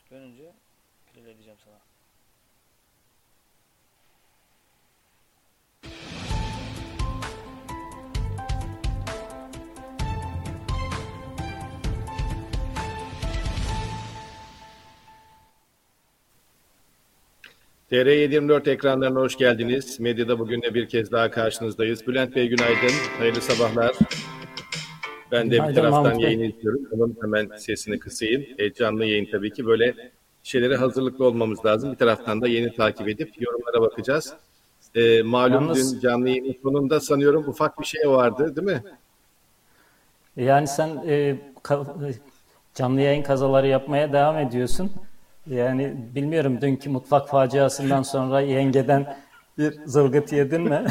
Dönünce play edeceğim sana. TR724 ekranlarına hoş geldiniz. Medyada bugün de bir kez daha karşınızdayız. Bülent Bey günaydın, hayırlı sabahlar. Ben de bir Günaydın taraftan Mahmut Bey. yayını izliyorum. Onun hemen sesini kısayım. Canlı yayın tabii ki böyle şeylere hazırlıklı olmamız lazım. Bir taraftan da yeni takip edip yorumlara bakacağız. Malum Yalnız dün canlı yayının sonunda sanıyorum ufak bir şey vardı değil mi? yani sen canlı yayın kazaları yapmaya devam ediyorsun. Yani bilmiyorum dünkü mutfak faciasından sonra yengeden bir zılgıt yedin mi?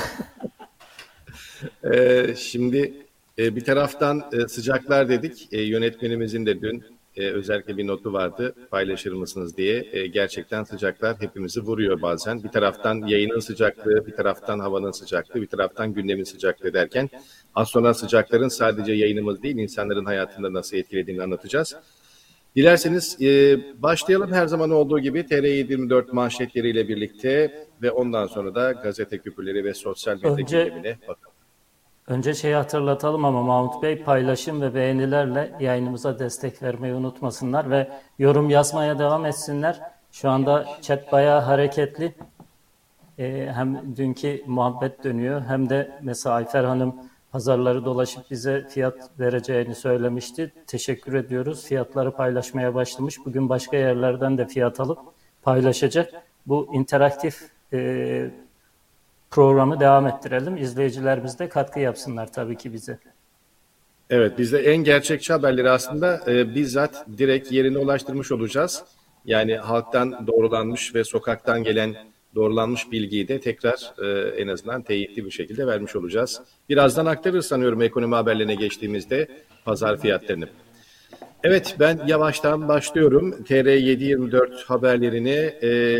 Şimdi bir taraftan sıcaklar dedik. Yönetmenimizin de dün özellikle bir notu vardı. Paylaşır mısınız diye. Gerçekten sıcaklar hepimizi vuruyor bazen. Bir taraftan yayının sıcaklığı, bir taraftan havanın sıcaklığı, bir taraftan gündemin sıcaklığı derken az sonra sıcakların sadece yayınımız değil, insanların hayatında nasıl etkilediğini anlatacağız. Dilerseniz başlayalım her zaman olduğu gibi TR724 manşetleriyle birlikte ve ondan sonra da gazete küpürleri ve sosyal medya Önce gündemine bakalım. önce şeyi hatırlatalım ama Mahmut Bey, paylaşım ve beğenilerle yayınımıza destek vermeyi unutmasınlar ve yorum yazmaya devam etsinler. Şu anda chat bayağı hareketli. Hem dünkü muhabbet dönüyor hem de mesela Ayfer Hanım pazarları dolaşıp bize fiyat vereceğini söylemişti. Teşekkür ediyoruz. Fiyatları paylaşmaya başlamış. Bugün başka yerlerden de fiyat alıp paylaşacak. Bu interaktif programı devam ettirelim. İzleyicilerimiz de katkı yapsınlar tabii ki bize. Evet, biz de en gerçekçi haberleri aslında bizzat direkt yerine ulaştırmış olacağız. Yani halktan doğrulanmış ve sokaktan gelen doğrulanmış bilgiyi de tekrar en azından teyitli bir şekilde vermiş olacağız. Birazdan aktarırız sanıyorum ekonomi haberlerine geçtiğimizde pazar fiyatlarını. Evet, ben yavaştan başlıyorum. TR724 haberlerine.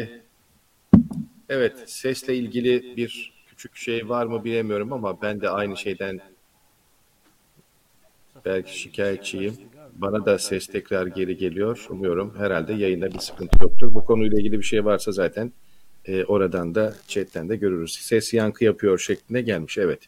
Evet, sesle ilgili bir küçük şey var mı bilemiyorum ama ben de aynı şeyden belki şikayetçiyim. Bana da ses tekrar geri geliyor. Umuyorum herhalde yayında bir sıkıntı yoktur. Bu konuyla ilgili bir şey varsa zaten oradan da chatten de görürüz. Ses yankı yapıyor şeklinde gelmiş. Evet.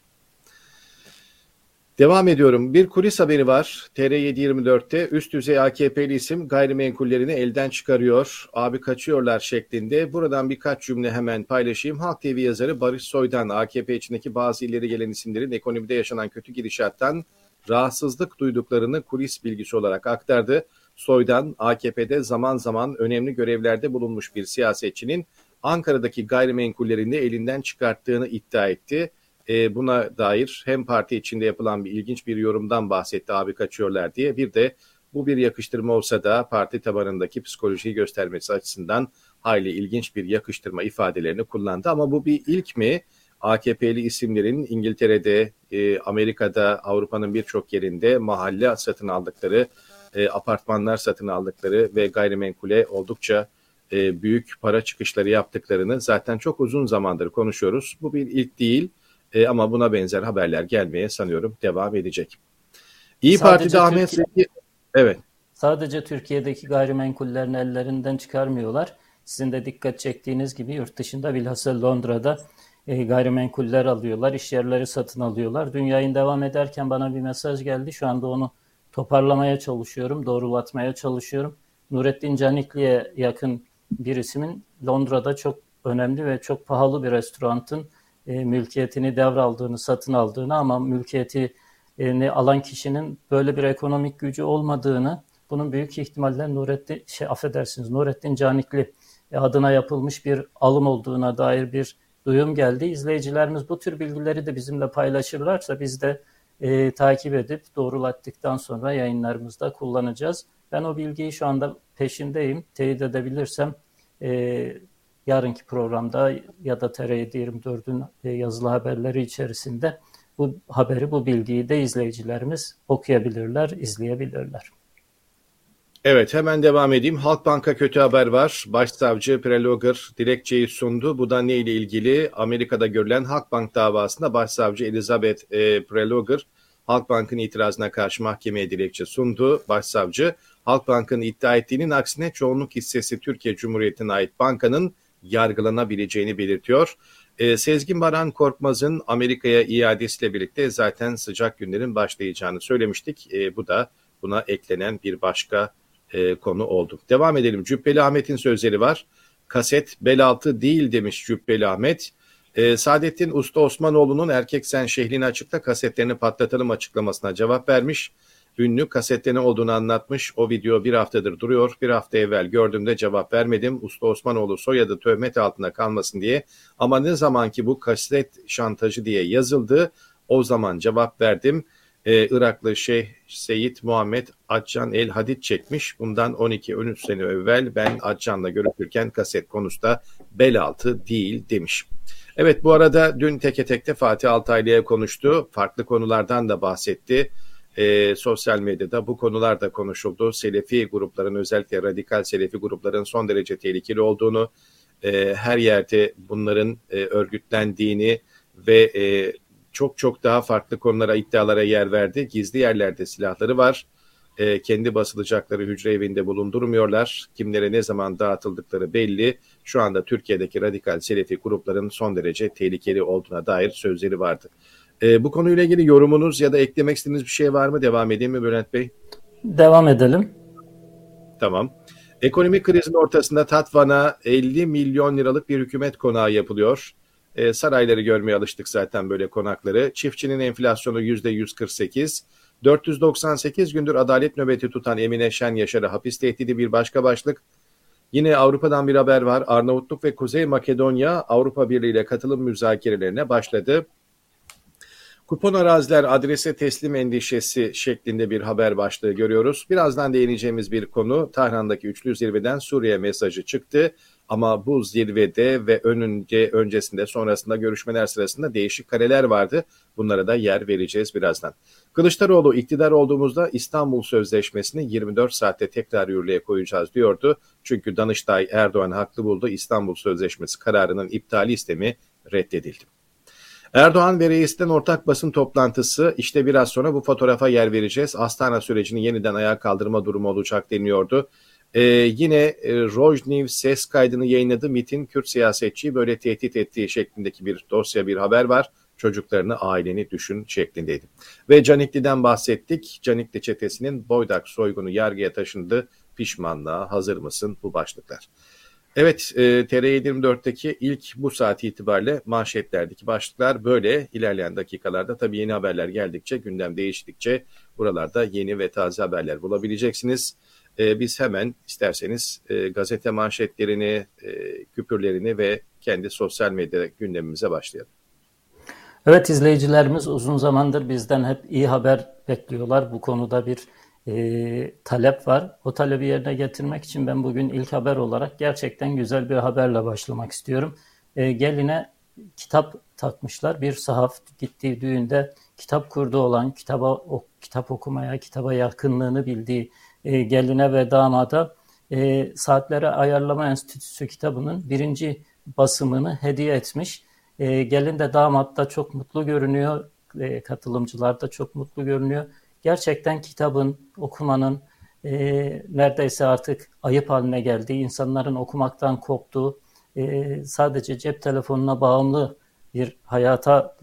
Devam ediyorum. Bir kulis haberi var. TR724'te üst düzey AKP'li isim gayrimenkullerini elden çıkarıyor. Abi kaçıyorlar şeklinde. Buradan birkaç cümle hemen paylaşayım. Halk TV yazarı Barış Soydan AKP içindeki bazı ileri gelen isimlerin ekonomide yaşanan kötü gidişattan rahatsızlık duyduklarını kulis bilgisi olarak aktardı. Soydan AKP'de zaman zaman önemli görevlerde bulunmuş bir siyasetçinin Ankara'daki gayrimenkullerini elinden çıkarttığını iddia etti. Buna dair hem parti içinde yapılan bir ilginç bir yorumdan bahsetti abi kaçıyorlar diye. Bir de bu bir yakıştırma olsa da parti tabanındaki psikolojiyi göstermesi açısından hayli ilginç bir yakıştırma ifadelerini kullandı. Ama bu bir ilk mi? AKP'li isimlerin İngiltere'de, Amerika'da, Avrupa'nın birçok yerinde mahalle satın aldıkları, apartmanlar satın aldıkları ve gayrimenkule oldukça büyük para çıkışları yaptıklarını zaten çok uzun zamandır konuşuyoruz. Bu bir ilk değil. Ama buna benzer haberler gelmeye sanıyorum devam edecek. İyi Parti'de Sadece Ahmet Türkiye Zeki, evet, Sadece Türkiye'deki gayrimenkullerini ellerinden çıkarmıyorlar. Sizin de dikkat çektiğiniz gibi yurt dışında bilhassa Londra'da gayrimenkuller alıyorlar, iş yerleri satın alıyorlar. Dün yayın devam ederken bana bir mesaj geldi. Şu anda onu toparlamaya çalışıyorum, doğrulatmaya çalışıyorum. Nurettin Canikli'ye yakın bir ismin Londra'da çok önemli ve çok pahalı bir restoranın mülkiyetini devraldığını, satın aldığını ama mülkiyetini alan kişinin böyle bir ekonomik gücü olmadığını, bunun büyük ihtimalle Nurettin Canikli adına yapılmış bir alım olduğuna dair bir duyum geldi. İzleyicilerimiz bu tür bilgileri de bizimle paylaşırlarsa biz de takip edip doğrulattıktan sonra yayınlarımızda kullanacağız. Ben o bilgiyi şu anda peşindeyim. Teyit edebilirsem yarınki programda ya da TR724'ün yazılı haberleri içerisinde bu haberi, bu bilgiyi de izleyicilerimiz okuyabilirler, izleyebilirler. evet, hemen devam edeyim. Halkbank'a kötü haber var. Başsavcı Prelogar dilekçeyi sundu. Bu da ne ile ilgili? Amerika'da görülen Halkbank davasında Başsavcı Elizabeth Prelogar Halkbank'ın itirazına karşı mahkemeye dilekçe sundu. Başsavcı, Halkbank'ın iddia ettiğinin aksine çoğunluk hissesi Türkiye Cumhuriyeti'ne ait bankanın yargılanabileceğini belirtiyor. Sezgin Baran Korkmaz'ın Amerika'ya iadesiyle birlikte zaten sıcak günlerin başlayacağını söylemiştik. Bu da buna eklenen bir başka konu oldu. Devam edelim. Cübbeli Ahmet'in sözleri var. Kaset bel altı değil demiş Cübbeli Ahmet. Saadettin Usta Osmanoğlu'nun erkek sen şehlini açıkla kasetlerini patlatalım açıklamasına cevap vermiş. Ünlü kasetleri ne olduğunu anlatmış. O video bir haftadır duruyor. Bir hafta evvel gördüğümde cevap vermedim. Usta Osmanoğlu soyadı töhmet altında kalmasın diye. Ama ne zaman ki bu kaset şantajı diye yazıldı o zaman cevap verdim. Iraklı Şeyh Seyit Muhammed Accan El Hadid çekmiş. Bundan 12-13 sene evvel ben Accan'la görüşürken kaset konusunda bel altı değil demiş. Evet, bu arada dün teke tekte Fatih Altaylı'ya konuştu. Farklı konulardan da bahsetti. Sosyal medyada bu konular da konuşuldu. Selefi grupların, özellikle radikal Selefi grupların son derece tehlikeli olduğunu, her yerde bunların örgütlendiğini ve çok daha farklı konulara, iddialara yer verdi. Gizli yerlerde silahları var. Kendi basılacakları hücre evinde bulundurmuyorlar. Kimlere ne zaman dağıtıldıkları belli. Şu anda Türkiye'deki radikal Selefi grupların son derece tehlikeli olduğuna dair sözleri vardı. Bu konuyla ilgili yorumunuz ya da eklemek istediğiniz bir şey var mı? Devam edeyim mi Bülent Bey? Devam edelim. Tamam. Ekonomik krizin ortasında Tatvan'a 50 milyon liralık bir hükümet konağı yapılıyor. Sarayları görmeye alıştık zaten böyle konakları. Çiftçinin enflasyonu %148. 498 gündür adalet nöbeti tutan Emine Şen Yaşar'ı hapis tehdidi bir başka başlık. Yine Avrupa'dan bir haber var. Arnavutluk ve Kuzey Makedonya Avrupa Birliği ile katılım müzakerelerine başladı. Kupon araziler adrese teslim endişesi şeklinde bir haber başlığı görüyoruz. Birazdan değineceğimiz bir konu. Tahran'daki üçlü zirveden Suriye mesajı çıktı. Ama bu zirvede ve öncesinde sonrasında görüşmeler sırasında değişik kareler vardı. Bunlara da yer vereceğiz birazdan. Kılıçdaroğlu iktidar olduğumuzda İstanbul Sözleşmesi'ni 24 saatte tekrar yürürlüğe koyacağız diyordu. Çünkü Danıştay Erdoğan haklı buldu. İstanbul Sözleşmesi kararının iptali istemi reddedildi. Erdoğan ve reisten ortak basın toplantısı, işte biraz sonra bu fotoğrafa yer vereceğiz. Astana sürecini yeniden ayağa kaldırma durumu olacak deniyordu. Yine Rojnev ses kaydını yayınladı. MİT'in Kürt siyasetçiyi böyle tehdit ettiği şeklindeki bir dosya, bir haber var. Çocuklarını, aileni düşün şeklindeydi. Ve Canikli'den bahsettik. Canikli çetesinin Boydak soygunu yargıya taşındı. Pişmanlığa hazır mısın? Bu başlıklar. Evet, TR724'teki ilk bu saat itibariyle manşetlerdeki başlıklar böyle. İlerleyen dakikalarda tabii yeni haberler geldikçe, gündem değiştikçe buralarda yeni ve taze haberler bulabileceksiniz. Biz hemen isterseniz gazete manşetlerini, küpürlerini ve kendi sosyal medya gündemimize başlayalım. Evet, izleyicilerimiz uzun zamandır bizden hep iyi haber bekliyorlar. Bu konuda bir talep var. O talebi yerine getirmek için ben bugün ilk haber olarak gerçekten güzel bir haberle başlamak istiyorum. Geline kitap takmışlar. Bir sahaf gittiği düğünde kitap kurdu olan, kitap okumaya, kitaba yakınlığını bildiği geline ve damada Saatlere Ayarlama Enstitüsü kitabının 1. basımını hediye etmiş. Gelin de damat da çok mutlu görünüyor. Katılımcılar da çok mutlu görünüyor. Gerçekten kitabın, okumanın neredeyse artık ayıp haline geldiği, insanların okumaktan korktuğu, sadece cep telefonuna bağımlı bir hayata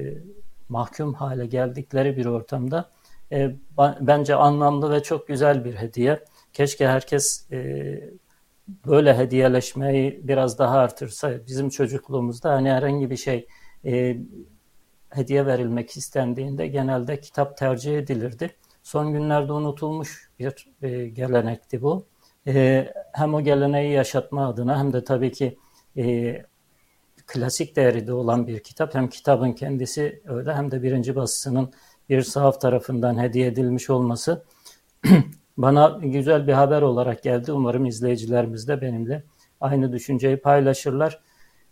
mahkum hale geldikleri bir ortamda bence anlamlı ve çok güzel bir hediye. Keşke herkes böyle hediyeleşmeyi biraz daha artırsa. Bizim çocukluğumuzda hani herhangi bir şey hediye verilmek istendiğinde genelde kitap tercih edilirdi. Son günlerde unutulmuş bir gelenekti bu. Hem o geleneği yaşatma adına hem de tabii ki klasik değeri de olan bir kitap. Hem kitabın kendisi öyle hem de 1. basısının bir sahaf tarafından hediye edilmiş olması bana güzel bir haber olarak geldi. Umarım izleyicilerimiz de benimle aynı düşünceyi paylaşırlar.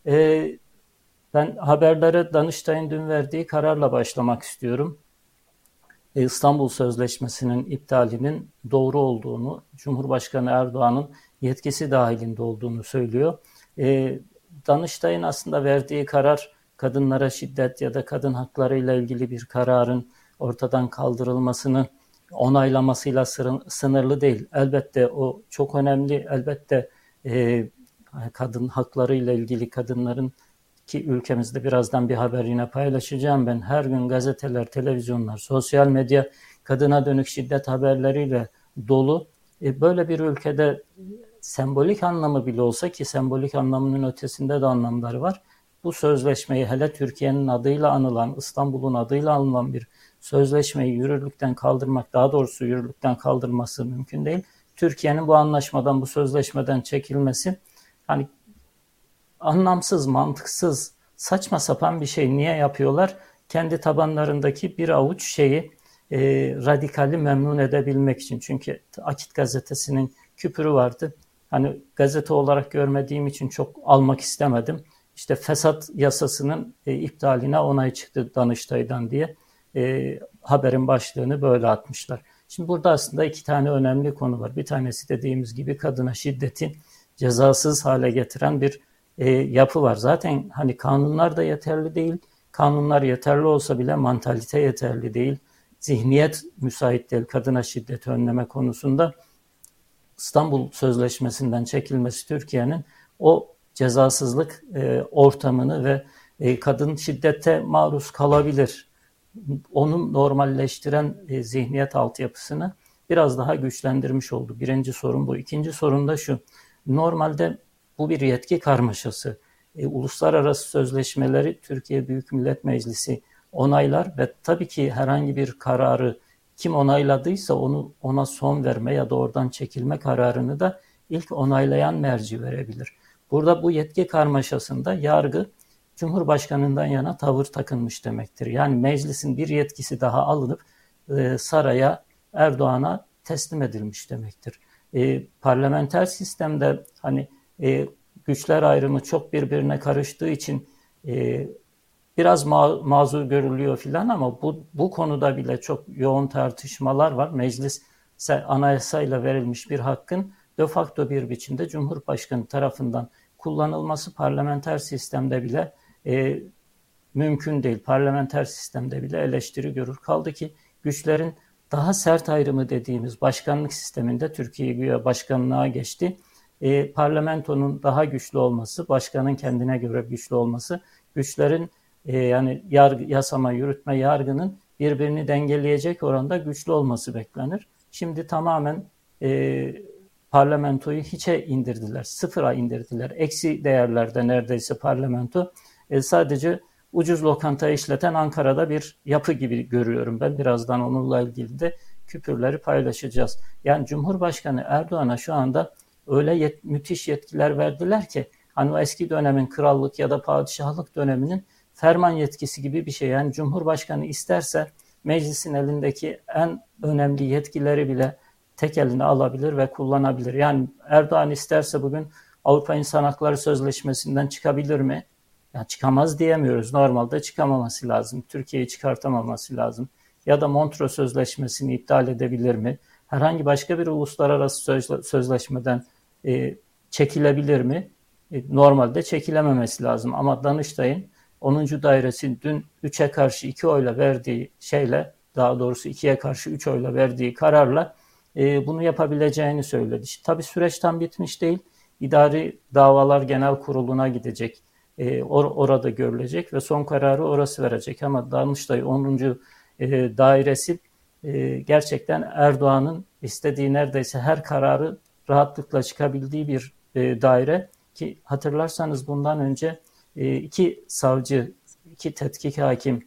Ben haberlere Danıştay'ın dün verdiği kararla başlamak istiyorum. İstanbul Sözleşmesi'nin iptalinin doğru olduğunu, Cumhurbaşkanı Erdoğan'ın yetkisi dahilinde olduğunu söylüyor. Danıştay'ın aslında verdiği karar kadınlara şiddet ya da kadın hakları ile ilgili bir kararın ortadan kaldırılmasını onaylamasıyla sınırlı değil. Elbette o çok önemli. Elbette kadın hakları ile ilgili kadınların, ki ülkemizde birazdan bir haber yine paylaşacağım ben. Her gün gazeteler, televizyonlar, sosyal medya kadına dönük şiddet haberleriyle dolu. Böyle bir ülkede sembolik anlamı bile olsa, ki sembolik anlamının ötesinde de anlamları var, bu sözleşmeyi, hele Türkiye'nin adıyla anılan, İstanbul'un adıyla anılan bir sözleşmeyi yürürlükten kaldırmak, daha doğrusu yürürlükten kaldırması mümkün değil. Türkiye'nin bu anlaşmadan, bu sözleşmeden çekilmesi hani anlamsız, mantıksız, saçma sapan bir şey. Niye yapıyorlar? Kendi tabanlarındaki bir avuç şeyi radikali memnun edebilmek için. Çünkü Akit gazetesinin küpürü vardı. Hani gazete olarak görmediğim için çok almak istemedim. İşte fesat yasasının iptaline onay çıktı Danıştay'dan diye haberin başlığını böyle atmışlar. Şimdi burada aslında iki tane önemli konu var. Bir tanesi dediğimiz gibi kadına şiddetin cezasız hale getiren bir yapı var. Zaten hani kanunlar da yeterli değil. Kanunlar yeterli olsa bile mantalite yeterli değil. Zihniyet müsait değil kadına şiddeti önleme konusunda. İstanbul Sözleşmesi'nden çekilmesi Türkiye'nin o cezasızlık ortamını ve kadın şiddete maruz kalabilir, onu normalleştiren zihniyet altyapısını biraz daha güçlendirmiş oldu. Birinci sorun bu. İkinci sorun da şu. Normalde bu bir yetki karmaşası. Uluslararası sözleşmeleri Türkiye Büyük Millet Meclisi onaylar ve tabii ki herhangi bir kararı kim onayladıysa ona son verme ya da oradan çekilme kararını da ilk onaylayan merci verebilir. Burada bu yetki karmaşasında yargı Cumhurbaşkanı'ndan yana tavır takınmış demektir. Yani meclisin bir yetkisi daha alınıp saraya, Erdoğan'a teslim edilmiş demektir. Parlamenter sistemde hani güçler ayrımı çok birbirine karıştığı için biraz mazur görülüyor filan, ama bu konuda bile çok yoğun tartışmalar var. Meclis anayasayla verilmiş bir hakkın de facto bir biçimde Cumhurbaşkanı tarafından kullanılması parlamenter sistemde bile mümkün değil. Parlamenter sistemde bile eleştiri görür. Kaldı ki güçlerin daha sert ayrımı dediğimiz başkanlık sisteminde Türkiye güya başkanlığa geçti. Parlamentonun daha güçlü olması, başkanın kendine göre güçlü olması, güçlerin yani yasama, yürütme, yargının birbirini dengeleyecek oranda güçlü olması beklenir. Şimdi tamamen parlamentoyu hiçe indirdiler, sıfıra indirdiler. Eksi değerlerde neredeyse parlamento. Sadece ucuz lokanta işleten Ankara'da bir yapı gibi görüyorum ben. Birazdan onunla ilgili de küpürleri paylaşacağız. Yani Cumhurbaşkanı Erdoğan'a şu anda öyle müthiş yetkiler verdiler ki hani o eski dönemin krallık ya da padişahlık döneminin ferman yetkisi gibi bir şey. Yani Cumhurbaşkanı isterse meclisin elindeki en önemli yetkileri bile tek eline alabilir ve kullanabilir. Yani Erdoğan isterse bugün Avrupa İnsan Hakları Sözleşmesi'nden çıkabilir mi? Ya çıkamaz diyemiyoruz. Normalde çıkamaması lazım. Türkiye'yi çıkartamaması lazım. Ya da Montreux Sözleşmesi'ni iptal edebilir mi? Herhangi başka bir uluslararası sözleşmeden çekilebilir mi? Normalde çekilememesi lazım. Ama Danıştay'ın 10. dairesi dün 3'e karşı 2 oyla verdiği şeyle, daha doğrusu 2'ye karşı 3 oyla verdiği kararla bunu yapabileceğini söyledi. Tabii süreç tam bitmiş değil. İdari Davalar Genel Kurulu'na gidecek. Orada görülecek ve son kararı orası verecek. Ama Danıştay 10. dairesi gerçekten Erdoğan'ın istediği neredeyse her kararı rahatlıkla çıkabildiği bir daire, ki hatırlarsanız bundan önce 2 savcı, 2 tetkik hakim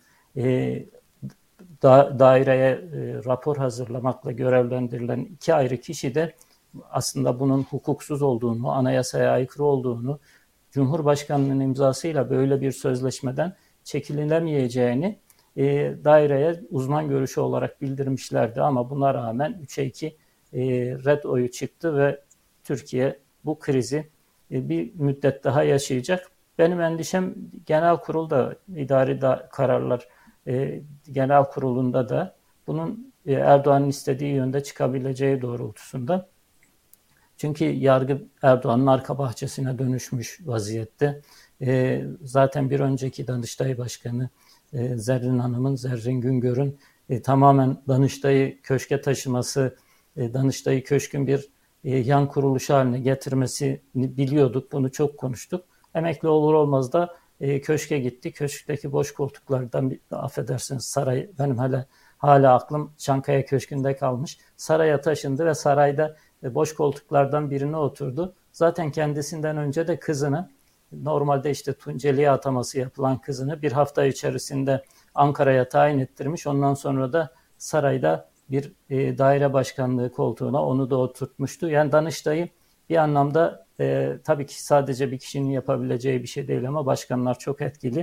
daireye rapor hazırlamakla görevlendirilen 2 ayrı kişi de aslında bunun hukuksuz olduğunu, anayasaya aykırı olduğunu, Cumhurbaşkanı'nın imzasıyla böyle bir sözleşmeden çekilinemeyeceğini daireye uzman görüşü olarak bildirmişlerdi. Ama buna rağmen 3'e 2 red oyu çıktı ve Türkiye bu krizi bir müddet daha yaşayacak. Benim endişem genel kurulda, idari kararlar genel kurulunda da bunun Erdoğan'ın istediği yönde çıkabileceği doğrultusunda. Çünkü yargı Erdoğan'ın arka bahçesine dönüşmüş vaziyette. Zaten bir önceki Danıştay Başkanı Zerrin Güngör'ün tamamen Danıştay'ı köşke taşıması, Danıştay'ı köşkün bir yan kuruluş haline getirmesini biliyorduk. Bunu çok konuştuk. Emekli olur olmaz da köşke gitti. Köşkteki boş koltuklardan affedersiniz saray, benim hala aklım Çankaya Köşkü'nde kalmış. Saraya taşındı ve sarayda boş koltuklardan birine oturdu. Zaten kendisinden önce de kızını, normalde işte Tunceli'ye ataması yapılan kızını bir hafta içerisinde Ankara'ya tayin ettirmiş. Ondan sonra da sarayda bir daire başkanlığı koltuğuna onu da oturtmuştu. Yani Danıştay'ı bir anlamda tabii ki sadece bir kişinin yapabileceği bir şey değil ama başkanlar çok etkili.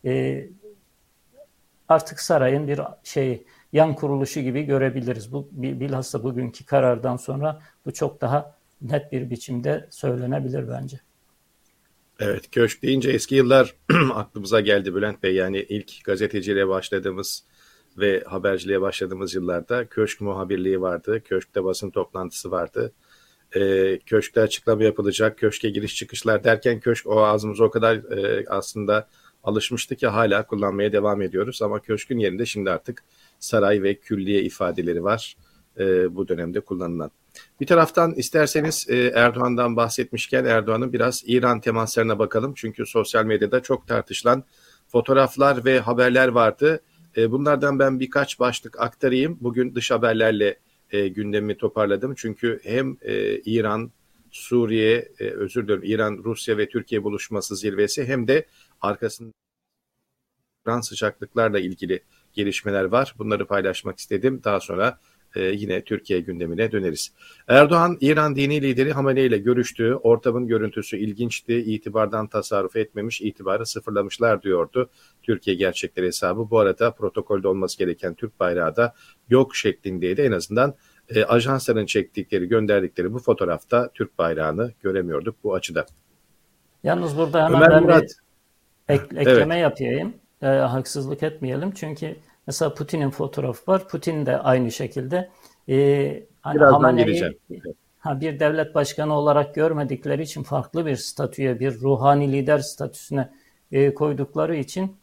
Artık sarayın bir yan kuruluşu gibi görebiliriz. Bu bilhassa bugünkü karardan sonra bu çok daha net bir biçimde söylenebilir bence. Evet, köşk deyince eski yıllar aklımıza geldi Bülent Bey. Yani ilk gazeteciliğe başladığımız ve haberciliğe başladığımız yıllarda köşk muhabirliği vardı. Köşkte basın toplantısı vardı. Köşkte açıklama yapılacak, köşke giriş çıkışlar derken köşk o ağzımıza o kadar aslında alışmıştı ki hala kullanmaya devam ediyoruz. Ama köşkün yerinde şimdi artık saray ve külliye ifadeleri var bu dönemde kullanılan. Bir taraftan isterseniz Erdoğan'dan bahsetmişken Erdoğan'ın biraz İran temaslarına bakalım. Çünkü sosyal medyada çok tartışılan fotoğraflar ve haberler vardı. Bunlardan ben birkaç başlık aktarayım. Bugün dış haberlerle gündemimi toparladım. Çünkü hem İran, Suriye, İran, Rusya ve Türkiye buluşması zirvesi hem de arkasında İran sıcaklıklarla ilgili gelişmeler var. Bunları paylaşmak istedim. Daha sonra yine Türkiye gündemine döneriz. Erdoğan, İran dini lideri Hamenei ile görüştü. Ortamın görüntüsü ilginçti. İtibardan tasarruf etmemiş, itibarı sıfırlamışlar diyordu. Türkiye Gerçekleri hesabı. Bu arada protokolde olması gereken Türk bayrağı da yok şeklindeydi. En azından ajansların çektikleri, gönderdikleri bu fotoğrafta Türk bayrağını göremiyorduk bu açıda. Yalnız burada hemen Ömer ben Murat. bir ekleme Evet. yapayım. Haksızlık etmeyelim. Çünkü mesela Putin'in fotoğrafı var. Putin de aynı şekilde hani Birazdan geleceğim. Hamanei'yi bir devlet başkanı olarak görmedikleri için farklı bir statüye, bir ruhani lider statüsüne koydukları için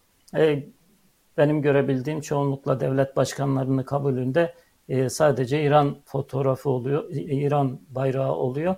benim görebildiğim çoğunlukla devlet başkanlarının kabulünde sadece İran fotoğrafı oluyor, İran bayrağı oluyor.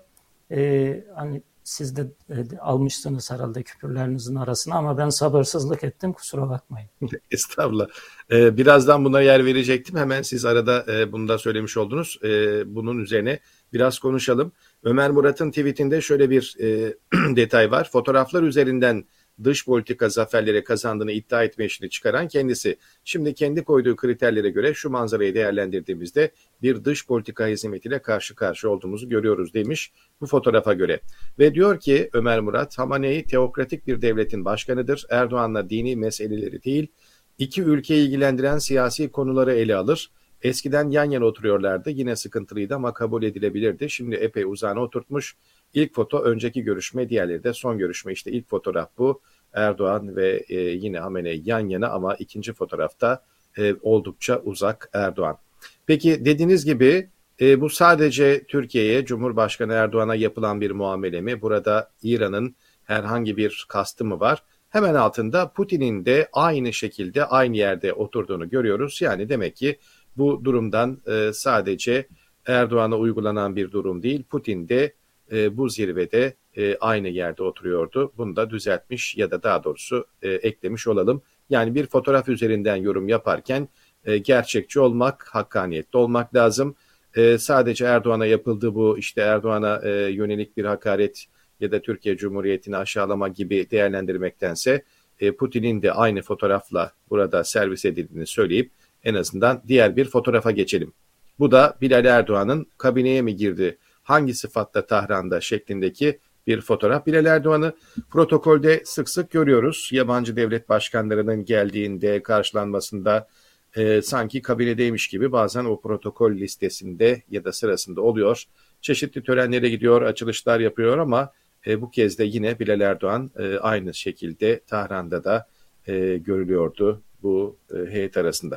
Hani siz de almışsınız herhalde küpürlerinizin arasına ama ben sabırsızlık ettim, kusura bakmayın. Estağfurullah. Birazdan buna yer verecektim. Hemen siz arada bunu da söylemiş oldunuz. Bunun üzerine biraz konuşalım. Ömer Murat'ın tweetinde şöyle bir detay var. Fotoğraflar üzerinden dış politika zaferleri kazandığını iddia etme işini çıkaran kendisi. Şimdi kendi koyduğu kriterlere göre şu manzarayı değerlendirdiğimizde bir dış politika hizmetiyle karşı karşıya olduğumuzu görüyoruz demiş bu fotoğrafa göre. Ve diyor ki Ömer Murat, Hamanei teokratik bir devletin başkanıdır. Erdoğan'la dini meseleleri değil, iki ülkeyi ilgilendiren siyasi konuları ele alır. Eskiden yan yana oturuyorlardı. Yine sıkıntılıydı ama kabul edilebilirdi. Şimdi epey uzağına oturtmuş. İlk foto önceki görüşme, diğerleri de son görüşme. İşte ilk fotoğraf bu. Erdoğan ve yine Hamenei yan yana ama ikinci fotoğrafta oldukça uzak Erdoğan. Peki dediğiniz gibi bu sadece Türkiye'ye, Cumhurbaşkanı Erdoğan'a yapılan bir muamele mi? Burada İran'ın herhangi bir kastı mı var? Hemen altında Putin'in de aynı şekilde aynı yerde oturduğunu görüyoruz. Yani demek ki bu durumdan sadece Erdoğan'a uygulanan bir durum değil. Putin de bu zirvede aynı yerde oturuyordu. Bunu da düzeltmiş ya da daha doğrusu eklemiş olalım. Yani bir fotoğraf üzerinden yorum yaparken gerçekçi olmak, hakkaniyetli olmak lazım. Sadece Erdoğan'a yapıldı bu, işte Erdoğan'a yönelik bir hakaret ya da Türkiye Cumhuriyeti'ni aşağılama gibi değerlendirmektense Putin'in de aynı fotoğrafla burada servis edildiğini söyleyip en azından diğer bir fotoğrafa geçelim. Bu da Bilal Erdoğan'ın kabineye mi girdi, hangi sıfatla Tahran'da şeklindeki bir fotoğraf. Bilal Erdoğan'ı protokolde sık sık görüyoruz. Yabancı devlet başkanlarının geldiğinde karşılanmasında sanki kabinedeymiş gibi bazen o protokol listesinde ya da sırasında oluyor. Çeşitli törenlere gidiyor, açılışlar yapıyor ama bu kez de yine Bilal Erdoğan aynı şekilde Tahran'da da görülüyordu bu heyet arasında.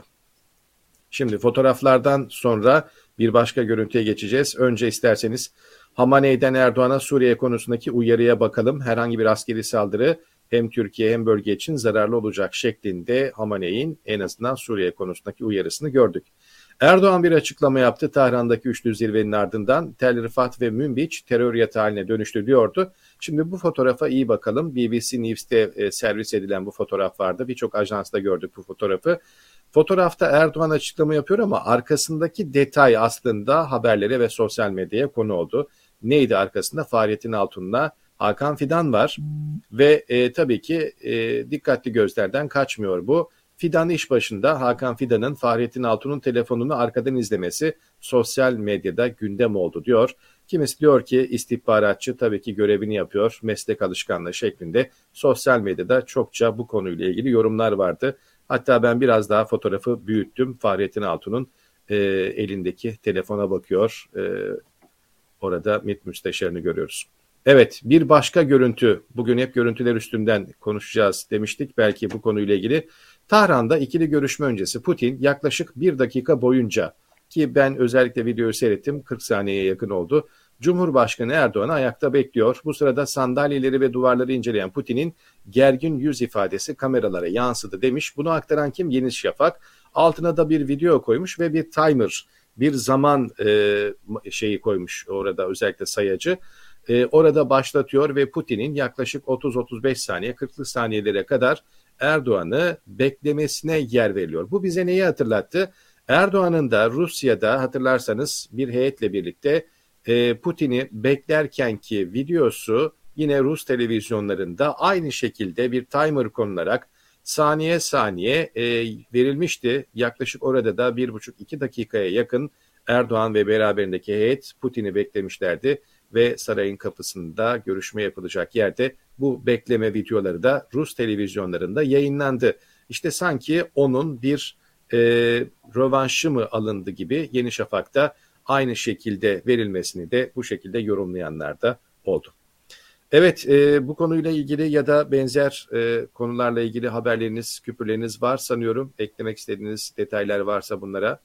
Şimdi fotoğraflardan sonra bir başka görüntüye geçeceğiz. Önce isterseniz Hamanei'den Erdoğan'a Suriye konusundaki uyarıya bakalım. Herhangi bir askeri saldırı hem Türkiye hem bölge için zararlı olacak şeklinde Hamaney'in en azından Suriye konusundaki uyarısını gördük. Erdoğan bir açıklama yaptı. Tahran'daki üçlü zirvenin ardından Tel Rifat ve Münbiç terör yatağı haline dönüştü diyordu. Şimdi bu fotoğrafa iyi bakalım. BBC News'te servis edilen bu fotoğraf vardı. Birçok ajansta gördük bu fotoğrafı. Fotoğrafta Erdoğan açıklama yapıyor ama arkasındaki detay aslında haberlere ve sosyal medyaya konu oldu. Neydi arkasında? Fahrettin Altun'la Hakan Fidan var ve tabii ki dikkatli gözlerden kaçmıyor bu. Fidan iş başında. Hakan Fidan'ın Fahrettin Altun'un telefonunu arkadan izlemesi sosyal medyada gündem oldu diyor. Kimisi diyor ki istihbaratçı, tabii ki görevini yapıyor, meslek alışkanlığı şeklinde sosyal medyada çokça bu konuyla ilgili yorumlar vardı. Hatta ben biraz daha fotoğrafı büyüttüm. Fahrettin Altun'un elindeki telefona bakıyor. Orada MİT müsteşarını görüyoruz. Evet, bir başka görüntü. Bugün hep görüntüler üstünden konuşacağız demiştik. Belki bu konuyla ilgili. Tahran'da ikili görüşme öncesi Putin yaklaşık 1 dakika boyunca, ki ben özellikle videoyu seyrettim, 40 saniyeye yakın oldu, Cumhurbaşkanı Erdoğan'ı ayakta bekliyor. Bu sırada sandalyeleri ve duvarları inceleyen Putin'in gergin yüz ifadesi kameralara yansıdı demiş. Bunu aktaran kim? Yeni Şafak. Altına da bir video koymuş ve bir timer, bir zaman şeyi koymuş orada, özellikle sayacı. Orada başlatıyor ve Putin'in yaklaşık 30-35 saniye, 40'lı saniyelere kadar Erdoğan'ı beklemesine yer veriliyor. Bu bize neyi hatırlattı? Erdoğan'ın da Rusya'da hatırlarsanız bir heyetle birlikte Putin'i beklerkenki videosu yine Rus televizyonlarında aynı şekilde bir timer konularak saniye saniye verilmişti. Yaklaşık orada da 1,5-2 dakikaya yakın Erdoğan ve beraberindeki heyet Putin'i beklemişlerdi ve sarayın kapısında görüşme yapılacak yerde bu bekleme videoları da Rus televizyonlarında yayınlandı. İşte sanki onun bir rövanşı mı alındı gibi Yeni Şafak'ta aynı şekilde verilmesini de bu şekilde yorumlayanlar da oldu. Evet, bu konuyla ilgili ya da benzer konularla ilgili haberleriniz, küpürleriniz var sanıyorum. Eklemek istediğiniz detaylar varsa bunlara.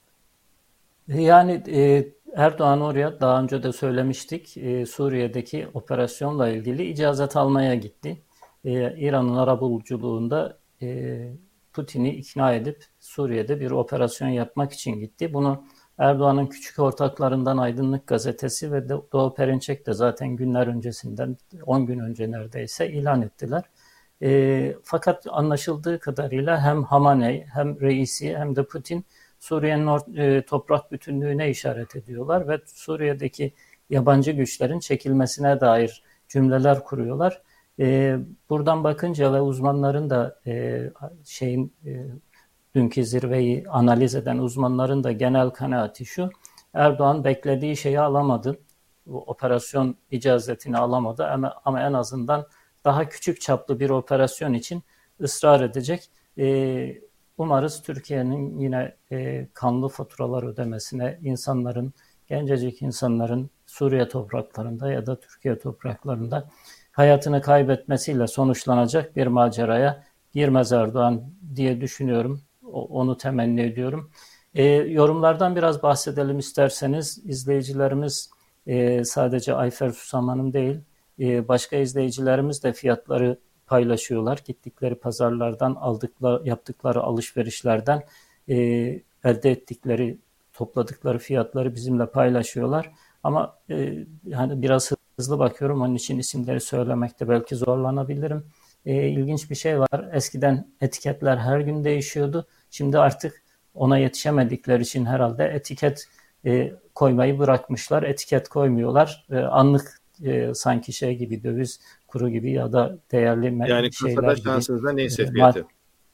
Yani Erdoğan oraya daha önce de söylemiştik, Suriye'deki operasyonla ilgili icazet almaya gitti. İran'ın arabuluculuğunda Putin'i ikna edip Suriye'de bir operasyon yapmak için gitti. Bunu Erdoğan'ın küçük ortaklarından Aydınlık Gazetesi ve Doğu Perinçek de zaten günler öncesinden, 10 gün önce neredeyse ilan ettiler. Fakat anlaşıldığı kadarıyla hem Hamaney hem Reisi hem de Putin Suriye'nin toprak bütünlüğüne işaret ediyorlar ve Suriye'deki yabancı güçlerin çekilmesine dair cümleler kuruyorlar. Buradan bakınca ve uzmanların da dünkü zirveyi analiz eden uzmanların da genel kanaati şu: Erdoğan beklediği şeyi alamadı, bu operasyon icazetini alamadı ama en azından daha küçük çaplı bir operasyon için ısrar edecek. Umarız Türkiye'nin yine kanlı faturalar ödemesine, gencecik insanların Suriye topraklarında ya da Türkiye topraklarında hayatını kaybetmesiyle sonuçlanacak bir maceraya girmez Erdoğan diye düşünüyorum. Onu temenni ediyorum. Yorumlardan biraz bahsedelim isterseniz. İzleyicilerimiz sadece Ayfer Susam Hanım değil, başka izleyicilerimiz de fiyatları paylaşıyorlar. Gittikleri pazarlardan yaptıkları alışverişlerden elde ettikleri, topladıkları fiyatları bizimle paylaşıyorlar. Ama hani biraz hızlı bakıyorum, onun için isimleri söylemekte belki zorlanabilirim. İlginç bir şey var. Eskiden etiketler her gün değişiyordu. Şimdi artık ona yetişemedikleri için herhalde etiket koymayı bırakmışlar. Etiket koymuyorlar. Anlık sanki şey gibi, döviz kuru gibi ya da değerli yani şeyler kasada gibi. şansınızda neyse fiyatı.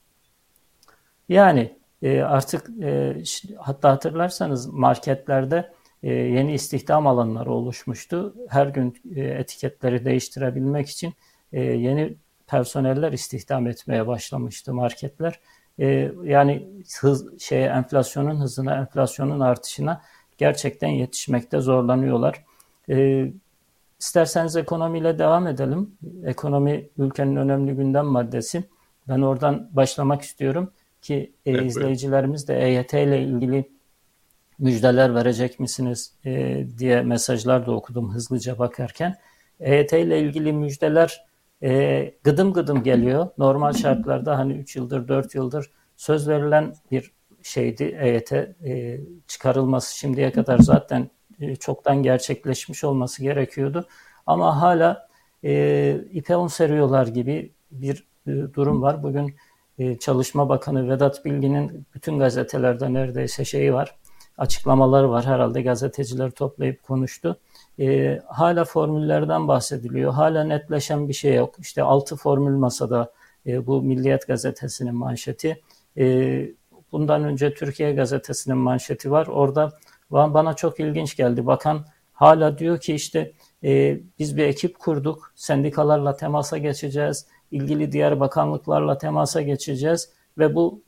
Yani artık hatta hatırlarsanız marketlerde yeni istihdam alanları oluşmuştu. Her gün etiketleri değiştirebilmek için yeni personeller istihdam etmeye başlamıştı marketler. Yani enflasyonun hızına, enflasyonun artışına gerçekten yetişmekte zorlanıyorlar. İsterseniz ekonomiyle devam edelim. Ekonomi ülkenin önemli gündem maddesi. Ben oradan başlamak istiyorum ki izleyicilerimiz de EYT ile ilgili müjdeler verecek misiniz diye mesajlar da okudum hızlıca bakarken. EYT ile ilgili müjdeler Gıdım gıdım geliyor. Normal şartlarda hani 3 yıldır 4 yıldır söz verilen bir şeydi EYT çıkarılması şimdiye kadar zaten çoktan gerçekleşmiş olması gerekiyordu. Ama hala ipe un seriyorlar gibi bir durum var. Bugün Çalışma Bakanı Vedat Bilgin'in bütün gazetelerde neredeyse şeyi var, açıklamaları var. Herhalde gazetecileri toplayıp konuştu. Hala formüllerden bahsediliyor. Hala netleşen bir şey yok. İşte 6 formül masada, bu Milliyet Gazetesi'nin manşeti. Bundan önce Türkiye Gazetesi'nin manşeti var. Orada bana çok ilginç geldi. Bakan hala diyor ki işte biz bir ekip kurduk. Sendikalarla temasa geçeceğiz. İlgili diğer bakanlıklarla temasa geçeceğiz ve bu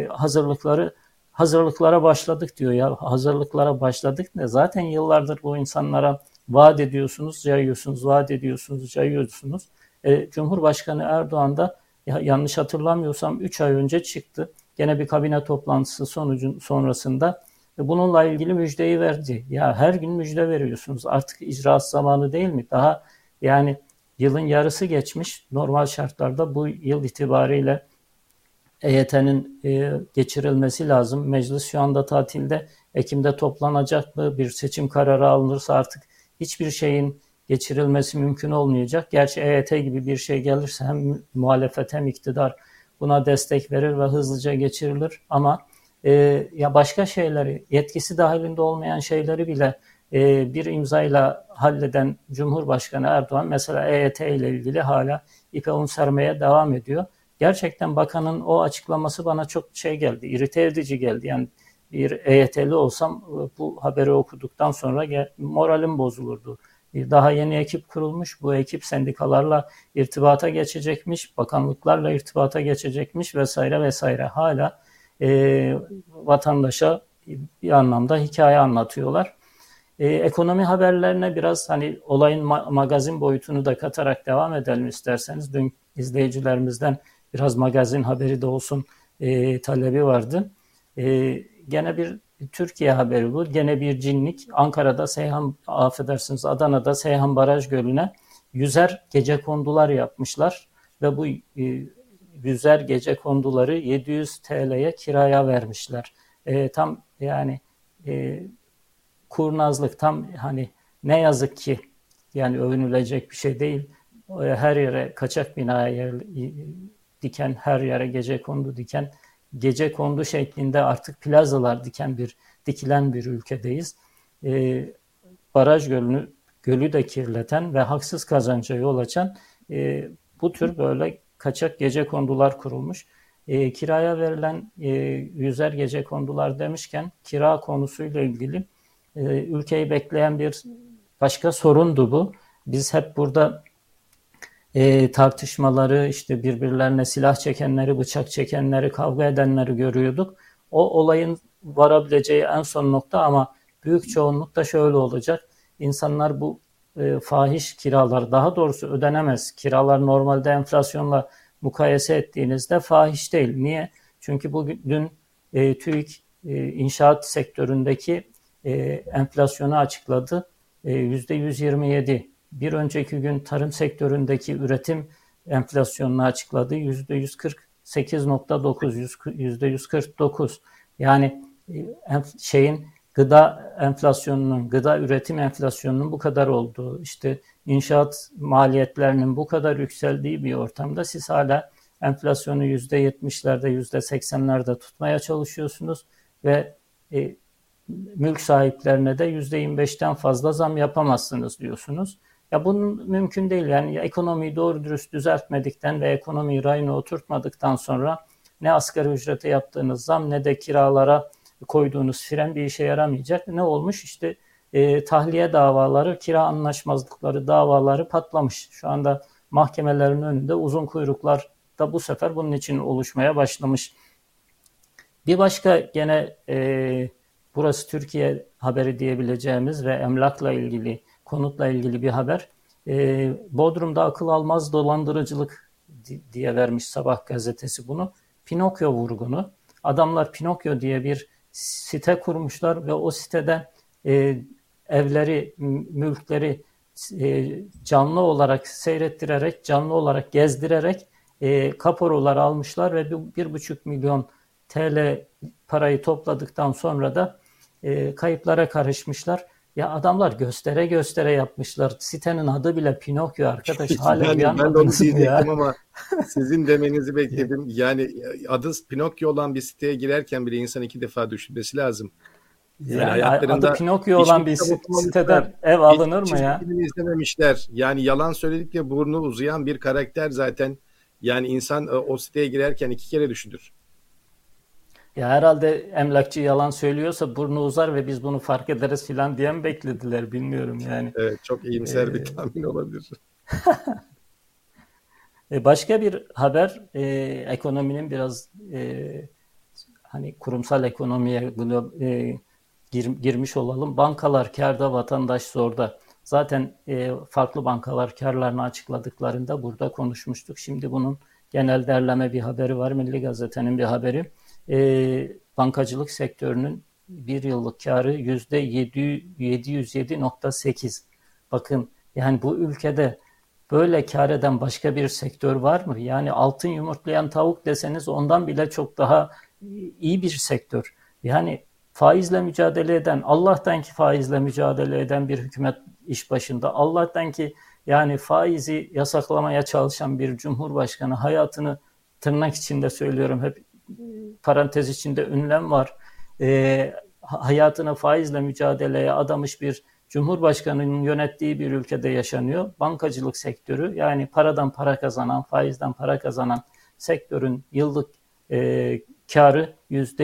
hazırlıklara başladık diyor ya. Hazırlıklara başladık ne? Zaten yıllardır bu insanlara vaat ediyorsunuz, yayıyorsunuz, vaat ediyorsunuz, yayıyorsunuz. Cumhurbaşkanı Erdoğan da yanlış hatırlamıyorsam 3 ay önce çıktı. Gene bir kabine toplantısı sonrasında bununla ilgili müjdeyi verdi. Ya her gün müjde veriyorsunuz. Artık icraat zamanı değil mi? Daha yani yılın yarısı geçmiş. Normal şartlarda bu yıl itibariyle EYT'nin geçirilmesi lazım. Meclis şu anda tatilde. Ekim'de toplanacak mı? Bir seçim kararı alınırsa artık hiçbir şeyin geçirilmesi mümkün olmayacak. Gerçi EYT gibi bir şey gelirse hem muhalefet hem iktidar buna destek verir ve hızlıca geçirilir. Ama ya başka şeyleri, yetkisi dahilinde olmayan şeyleri bile bir imzayla halleden Cumhurbaşkanı Erdoğan mesela EYT ile ilgili hala ipe un sermeye devam ediyor. Gerçekten bakanın o açıklaması bana çok şey geldi, irite edici geldi. Yani bir EYT'li olsam bu haberi okuduktan sonra moralim bozulurdu. Daha yeni ekip kurulmuş, bu ekip sendikalarla irtibata geçecekmiş, bakanlıklarla irtibata geçecekmiş vesaire vesaire. Hala vatandaşa bir anlamda hikaye anlatıyorlar. Ekonomi haberlerine biraz hani olayın magazin boyutunu da katarak devam edelim isterseniz. Dün izleyicilerimizden biraz magazin haberi de olsun talebi vardı. Gene bir Türkiye haberi bu. Gene bir cinlik. Ankara'da Adana'da Seyhan Baraj Gölü'ne yüzer gecekondular yapmışlar ve bu yüzer gecekonduları 700 TL'ye kiraya vermişler. Tam yani kurnazlık, tam hani ne yazık ki yani övünülecek bir şey değil. Her yere kaçak binaya diken, her yere gecekondu diken, gecekondu şeklinde artık plazalar dikilen bir ülkedeyiz. Baraj gölü de kirleten ve haksız kazanca yol açan bu tür böyle kaçak gecekondular kurulmuş. Kiraya verilen yüzer gecekondular demişken kira konusuyla ilgili ülkeyi bekleyen bir başka sorundu bu. Biz hep burada tartışmaları, işte birbirlerine silah çekenleri, bıçak çekenleri, kavga edenleri görüyorduk. O olayın varabileceği en son nokta ama büyük çoğunlukta şöyle olacak. İnsanlar bu fahiş kiralar, daha doğrusu ödenemez kiralar normalde enflasyonla mukayese ettiğinizde fahiş değil. Niye? Çünkü bugün TÜİK inşaat sektöründeki enflasyonu açıkladı. %127. Bir önceki gün tarım sektöründeki üretim enflasyonunu açıkladı. %148.9, %149. Yani gıda üretim enflasyonunun bu kadar olduğu, işte inşaat maliyetlerinin bu kadar yükseldiği bir ortamda siz hala enflasyonu %70'lerde, %80'lerde tutmaya çalışıyorsunuz ve mülk sahiplerine de %25'ten fazla zam yapamazsınız diyorsunuz. Ya bunun mümkün değil. Yani ekonomiyi doğru dürüst düzeltmedikten ve ekonomiyi rayına oturtmadıktan sonra ne asgari ücrete yaptığınız zam ne de kiralara koyduğunuz fren bir işe yaramayacak. Ne olmuş? İşte tahliye davaları, kira anlaşmazlıkları davaları patlamış. Şu anda mahkemelerin önünde uzun kuyruklar da bu sefer bunun için oluşmaya başlamış. Bir başka gene burası Türkiye haberi diyebileceğimiz ve emlakla ilgili, konutla ilgili bir haber. Bodrum'da akıl almaz dolandırıcılık diye vermiş Sabah gazetesi bunu. Pinokyo vurgunu. Adamlar Pinokyo diye bir site kurmuşlar ve o sitede evleri, mülkleri canlı olarak seyrettirerek, canlı olarak gezdirerek kaporalar almışlar ve 1,5 milyon TL parayı topladıktan sonra da kayıplara karışmışlar. Ya adamlar göstere göstere yapmışlar. Sitenin adı bile Pinokyo arkadaş. Hala Yani ben de onu uyanmadınız mı diyecektim ya? ama sizin demenizi bekledim. Yani adı Pinokyo olan bir siteye girerken bile insan 2 defa düşünmesi lazım. Yani Yani adı hayatlarında Pinokyo hiçbir olan bir kitap okumamışlar, siteden ev hiçbir alınır mı çizgi ya? film izlememişler. Yani yalan söyledikçe burnu uzayan bir karakter zaten. Yani insan o siteye girerken 2 kere düşünür. Ya herhalde emlakçı yalan söylüyorsa burnu uzar ve biz bunu fark ederiz filan diye mi beklediler bilmiyorum yani. Evet, çok iyimser bir tahmin olabilir. Başka bir haber, ekonominin biraz hani kurumsal ekonomiye girmiş olalım. Bankalar kârda, vatandaş zorda. Zaten farklı bankalar kârlarını açıkladıklarında burada konuşmuştuk. Şimdi bunun genel derleme bir haberi var. Milli Gazete'nin bir haberi. Bankacılık sektörünün bir yıllık kârı %707,8. Bakın yani bu ülkede böyle kâr eden başka bir sektör var mı? Yani altın yumurtlayan tavuk deseniz ondan bile çok daha iyi bir sektör. Yani faizle mücadele eden, Allah'tan ki faizle mücadele eden bir hükümet iş başında, Allah'tan ki yani faizi yasaklamaya çalışan bir cumhurbaşkanı hayatını tırnak içinde söylüyorum hep parantez içinde ünlem var. Hayatını faizle mücadeleye adamış bir cumhurbaşkanının yönettiği bir ülkede yaşanıyor. Bankacılık sektörü yani paradan para kazanan, faizden para kazanan sektörün yıllık karı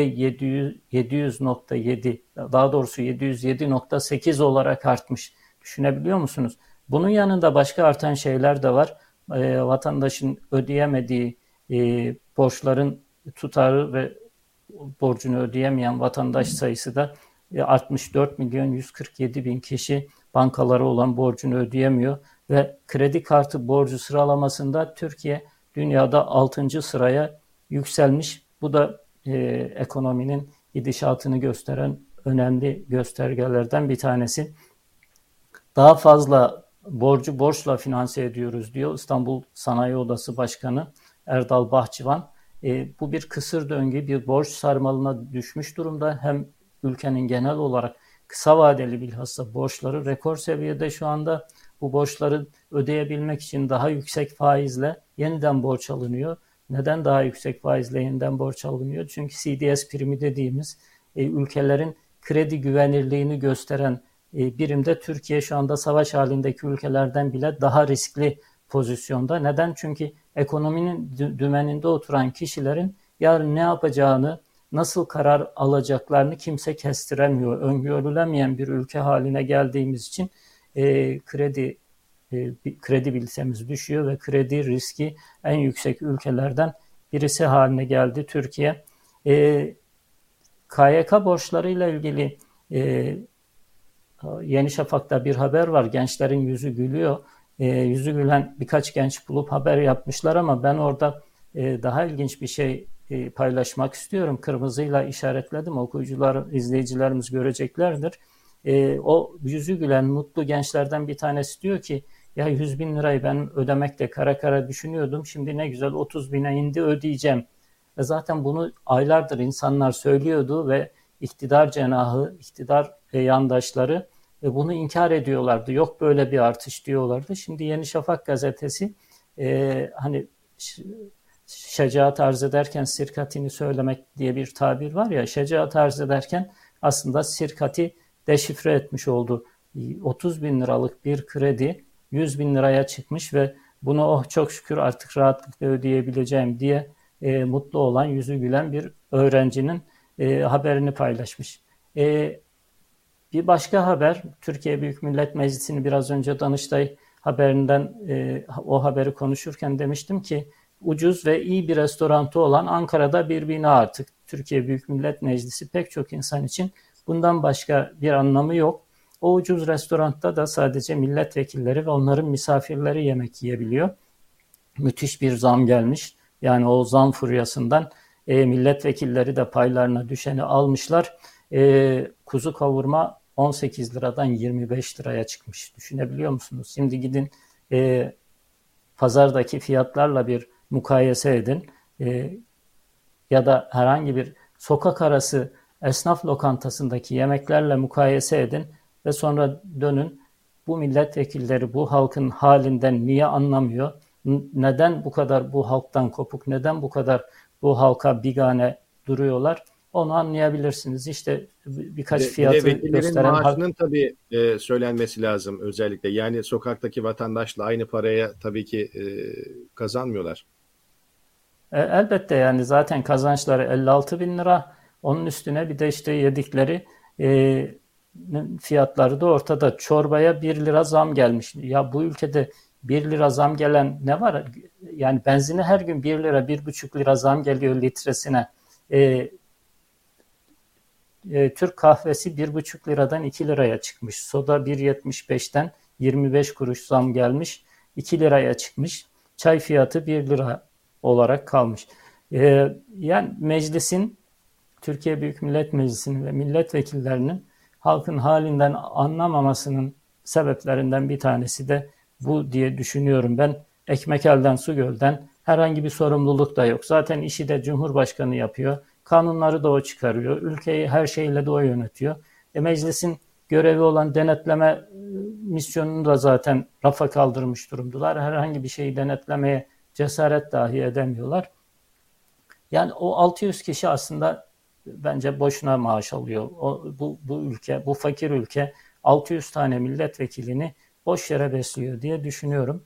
%700,7, daha doğrusu 707,8 olarak artmış. Düşünebiliyor musunuz? Bunun yanında başka artan şeyler de var. Vatandaşın ödeyemediği borçların tutarı ve borcunu ödeyemeyen vatandaş sayısı da 64 milyon 147 bin kişi bankalara olan borcunu ödeyemiyor ve kredi kartı borcu sıralamasında Türkiye dünyada 6. sıraya yükselmiş. Bu da ekonominin gidişatını gösteren önemli göstergelerden bir tanesi. Daha fazla borcu borçla finanse ediyoruz diyor İstanbul Sanayi Odası Başkanı Erdal Bahçıvan. Bu bir kısır döngü, bir borç sarmalına düşmüş durumda. Hem ülkenin genel olarak kısa vadeli bilhassa borçları rekor seviyede şu anda. Bu borçları ödeyebilmek için daha yüksek faizle yeniden borç alınıyor. Neden daha yüksek faizle yeniden borç alınıyor? Çünkü CDS primi dediğimiz ülkelerin kredi güvenirliğini gösteren birimde Türkiye şu anda savaş halindeki ülkelerden bile daha riskli pozisyonda. Neden? Çünkü ekonominin dümeninde oturan kişilerin yarın ne yapacağını, nasıl karar alacaklarını kimse kestiremiyor. Öngörülemeyen bir ülke haline geldiğimiz için kredibilitemiz düşüyor ve kredi riski en yüksek ülkelerden birisi haline geldi Türkiye. KYK borçlarıyla ilgili Yeni Şafak'ta bir haber var. Gençlerin yüzü gülüyor. Yüzü gülen birkaç genç bulup haber yapmışlar ama ben orada daha ilginç bir şey paylaşmak istiyorum. Kırmızıyla işaretledim. Okuyucular, izleyicilerimiz göreceklerdir. O yüzü gülen mutlu gençlerden bir tanesi diyor ki ya 100 bin lirayı ben ödemekte kara kara düşünüyordum. Şimdi ne güzel 30 bine indi ödeyeceğim. Zaten bunu aylardır insanlar söylüyordu ve iktidar cenahı, iktidar yandaşları bunu inkar ediyorlardı. Yok böyle bir artış diyorlardı. Şimdi Yeni Şafak gazetesi hani şecaat arz ederken sirkatini söylemek diye bir tabir var ya, şecaat arz ederken aslında sirkati deşifre etmiş oldu. 30 bin liralık bir kredi 100 bin liraya çıkmış ve bunu oh çok şükür artık rahatlıkla ödeyebileceğim diye mutlu olan, yüzü gülen bir öğrencinin haberini paylaşmış. Bir başka haber, Türkiye Büyük Millet Meclisi'ni biraz önce Danıştay haberinden o haberi konuşurken demiştim ki ucuz ve iyi bir restorantı olan Ankara'da bir bina artık. Türkiye Büyük Millet Meclisi pek çok insan için bundan başka bir anlamı yok. O ucuz restoranda da sadece milletvekilleri ve onların misafirleri yemek yiyebiliyor. Müthiş bir zam gelmiş. Yani o zam furyasından milletvekilleri de paylarına düşeni almışlar. Kuzu kavurma 18 liradan 25 liraya çıkmış. Düşünebiliyor musunuz? Şimdi gidin pazardaki fiyatlarla bir mukayese edin. Ya da herhangi bir sokak arası esnaf lokantasındaki yemeklerle mukayese edin ve sonra dönün, bu milletvekilleri bu halkın halinden niye anlamıyor? Neden bu kadar bu halktan kopuk? Neden bu kadar bu halka bigane duruyorlar? Onu anlayabilirsiniz. İşte birkaç Bir de fiyatı vekillerin gösteren maaşının tabii söylenmesi lazım özellikle. Yani sokaktaki vatandaşla aynı paraya tabii ki kazanmıyorlar. Elbette, yani zaten kazançları 56 bin lira. Onun üstüne bir de işte yedikleri e, fiyatları da ortada. Çorbaya 1 lira zam gelmiş. Ya bu ülkede 1 lira zam gelen ne var? Yani benzine her gün 1 lira, 1,5 lira zam geliyor litresine. E, Türk kahvesi 1,5 liradan 2 liraya çıkmış. Soda 1,75'ten 25 kuruş zam gelmiş. 2 liraya çıkmış. Çay fiyatı 1 lira olarak kalmış. Yani meclisin, Türkiye Büyük Millet Meclisi'nin ve milletvekillerinin halkın halinden anlamamasının sebeplerinden bir tanesi de bu diye düşünüyorum ben. Ekmek elden su gölden, herhangi bir sorumluluk da yok. Zaten işi de Cumhurbaşkanı yapıyor. Kanunları da o çıkarıyor. Ülkeyi her şeyle de o yönetiyor. Meclisin görevi olan denetleme misyonunu da zaten rafa kaldırmış durumdalar. Herhangi bir şeyi denetlemeye cesaret dahi edemiyorlar. Yani o 600 kişi aslında bence boşuna maaş alıyor. Bu ülke, bu fakir ülke 600 tane milletvekilini boş yere besliyor diye düşünüyorum.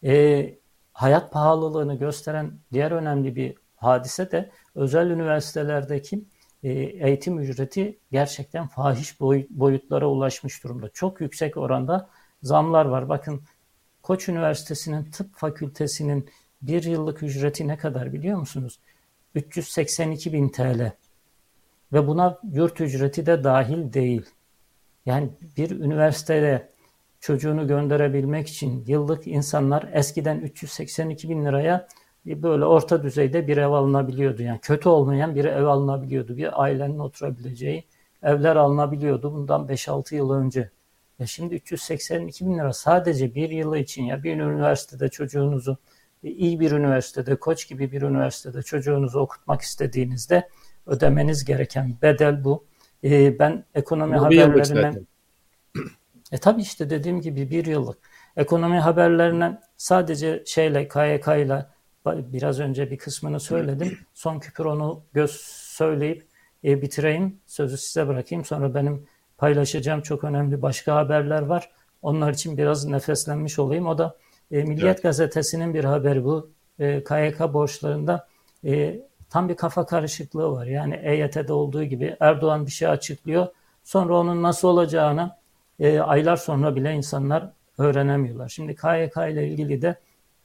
Hayat pahalılığını gösteren diğer önemli bir hadise de özel üniversitelerdeki eğitim ücreti gerçekten fahiş boyutlara ulaşmış durumda. Çok yüksek oranda zamlar var. Bakın, Koç Üniversitesi'nin tıp fakültesinin bir yıllık ücreti ne kadar biliyor musunuz? 382 bin TL ve buna yurt ücreti de dahil değil. Yani bir üniversitede çocuğunu gönderebilmek için yıllık insanlar eskiden 382 bin liraya böyle orta düzeyde bir ev alınabiliyordu. Yani kötü olmayan bir ev alınabiliyordu. Bir ailenin oturabileceği evler alınabiliyordu bundan 5-6 yıl önce. Ya şimdi 382 bin lira sadece bir yılı için, ya bir üniversitede çocuğunuzu, iyi bir üniversitede, Koç gibi bir üniversitede çocuğunuzu okutmak istediğinizde ödemeniz gereken bedel bu. Ben ekonomi Ama bir yıllık haberlerine, zaten. tabii işte dediğim gibi bir yıllık ekonomi haberlerine sadece KYK ile biraz önce bir kısmını söyledim. Son küpür onu söyleyip bitireyim. Sözü size bırakayım. Sonra benim paylaşacağım çok önemli başka haberler var. Onlar için biraz nefeslenmiş olayım. O da Milliyet Evet. Gazetesi'nin bir haberi bu. KYK borçlarında tam bir kafa karışıklığı var. Yani EYT'de olduğu gibi Erdoğan bir şey açıklıyor. Sonra onun nasıl olacağını aylar sonra bile insanlar öğrenemiyorlar. Şimdi KYK ile ilgili de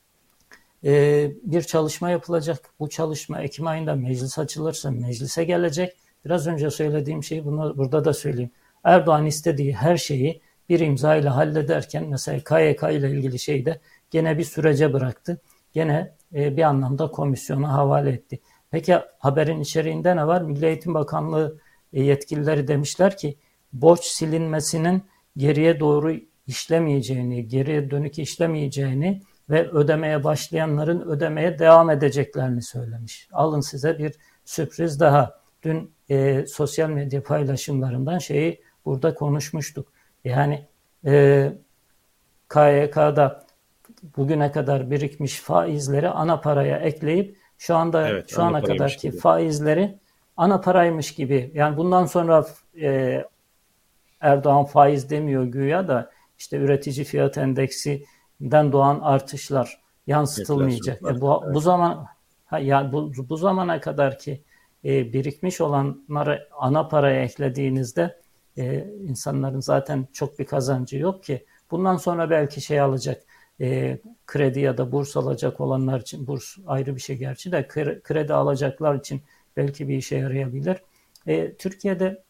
bir çalışma yapılacak. Bu çalışma Ekim ayında meclis açılırsa meclise gelecek. Biraz önce söylediğim şeyi burada da söyleyeyim. Erdoğan istediği her şeyi bir imza ile hallederken mesela KYK ile ilgili şeyi de gene bir sürece bıraktı. Gene bir anlamda komisyona havale etti. Peki haberin içeriğinde ne var? Milli Eğitim Bakanlığı yetkilileri demişler ki borç silinmesinin geriye doğru işlemeyeceğini, geriye dönük işlemeyeceğini ve ödemeye başlayanların ödemeye devam edeceklerini söylemiş. Alın size bir sürpriz daha. Dün sosyal medya paylaşımlarından şeyi burada konuşmuştuk. Yani KYK'da bugüne kadar birikmiş faizleri ana paraya ekleyip Evet, şu ana ana paraymış kadarki gibi. faizleri ana paraymış gibi. Yani bundan sonra Erdoğan faiz demiyor güya da işte üretici fiyat endeksinden doğan artışlar Enflasyon yansıtılmayacak. var. Bu Evet. zaman bu zamana kadar ki birikmiş olanları ana paraya eklediğinizde insanların zaten çok bir kazancı yok ki. Bundan sonra belki şey alacak, kredi ya da burs alacak olanlar için, burs ayrı bir şey gerçi de kredi alacaklar için belki bir işe yarayabilir. Türkiye'de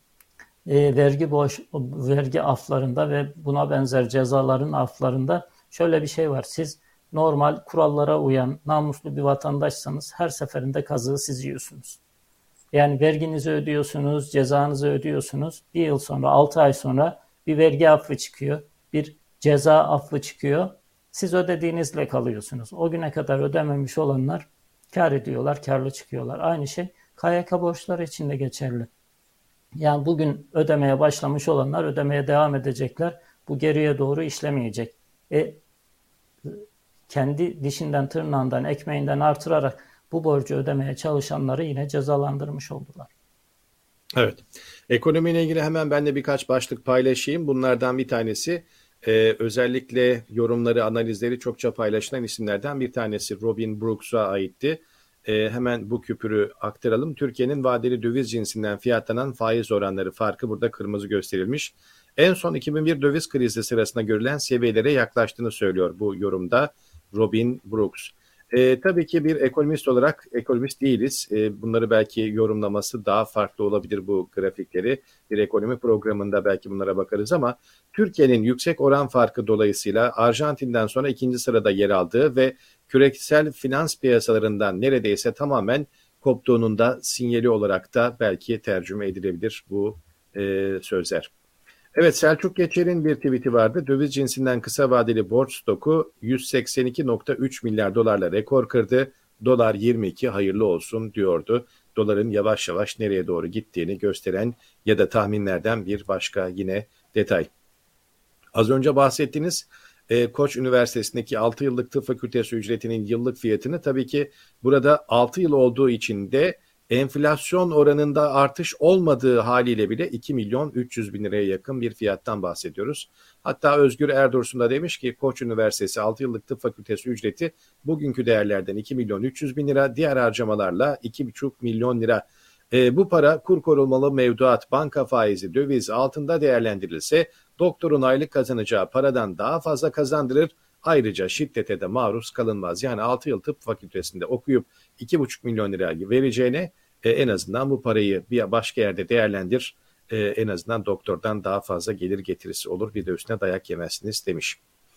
vergi aflarında ve buna benzer cezaların aflarında şöyle bir şey var. Siz normal kurallara uyan, namuslu bir vatandaşsanız her seferinde kazığı siz yiyorsunuz. Yani verginizi ödüyorsunuz, cezanızı ödüyorsunuz. Bir yıl sonra, 6 ay sonra bir vergi affı çıkıyor, bir ceza affı çıkıyor. Siz ödediğinizle kalıyorsunuz. O güne kadar ödememiş olanlar kar ediyorlar, karlı çıkıyorlar. Aynı şey KYK borçları için de geçerli. Yani bugün ödemeye başlamış olanlar ödemeye devam edecekler. Bu geriye doğru işlemeyecek. Kendi dişinden, tırnağından, ekmeğinden artırarak bu borcu ödemeye çalışanları yine cezalandırmış oldular. Evet. Ekonomiyle ilgili hemen ben de birkaç başlık paylaşayım. Bunlardan bir tanesi özellikle yorumları, analizleri çokça paylaşılan isimlerden bir tanesi Robin Brooks'a aitti. Hemen bu küpürü aktaralım. Türkiye'nin vadeli döviz cinsinden fiyatlanan faiz oranları farkı burada kırmızı gösterilmiş. En son 2001 döviz krizi sırasında görülen seviyelere yaklaştığını söylüyor bu yorumda Robin Brooks. Tabii ki bir ekonomist olarak ekonomist değiliz. Bunları belki yorumlaması daha farklı olabilir bu grafikleri. Bir ekonomi programında belki bunlara bakarız ama Türkiye'nin yüksek oran farkı dolayısıyla Arjantin'den sonra ikinci sırada yer aldığı ve küresel finans piyasalarından neredeyse tamamen koptuğunun da sinyali olarak da belki tercüme edilebilir bu sözler. Evet, Selçuk Geçer'in bir tweet'i vardı. Döviz cinsinden kısa vadeli borç stoku 182,3 milyar dolarla rekor kırdı. Dolar 22 hayırlı olsun diyordu. Doların yavaş yavaş nereye doğru gittiğini gösteren ya da tahminlerden bir başka yine detay. Az önce bahsettiğiniz Koç Üniversitesi'ndeki 6 yıllık tıp fakültesi ücretinin yıllık fiyatını tabii ki burada 6 yıl olduğu için de enflasyon oranında artış olmadığı haliyle bile 2 milyon 300 bin liraya yakın bir fiyattan bahsediyoruz. Hatta Özgür Erdursun da demiş ki Koç Üniversitesi 6 yıllık tıp fakültesi ücreti bugünkü değerlerden 2 milyon 300 bin lira, diğer harcamalarla 2,5 milyon lira. Bu para kur korumalı mevduat, banka faizi, döviz altında değerlendirilse doktorun aylık kazanacağı paradan daha fazla kazandırır. Ayrıca şiddete de maruz kalınmaz. Yani 6 yıl tıp fakültesinde okuyup 2,5 milyon lira vereceğine en azından bu parayı bir başka yerde değerlendir. En azından doktordan daha fazla gelir getirisi olur. Bir de üstüne dayak yemezsiniz demiş.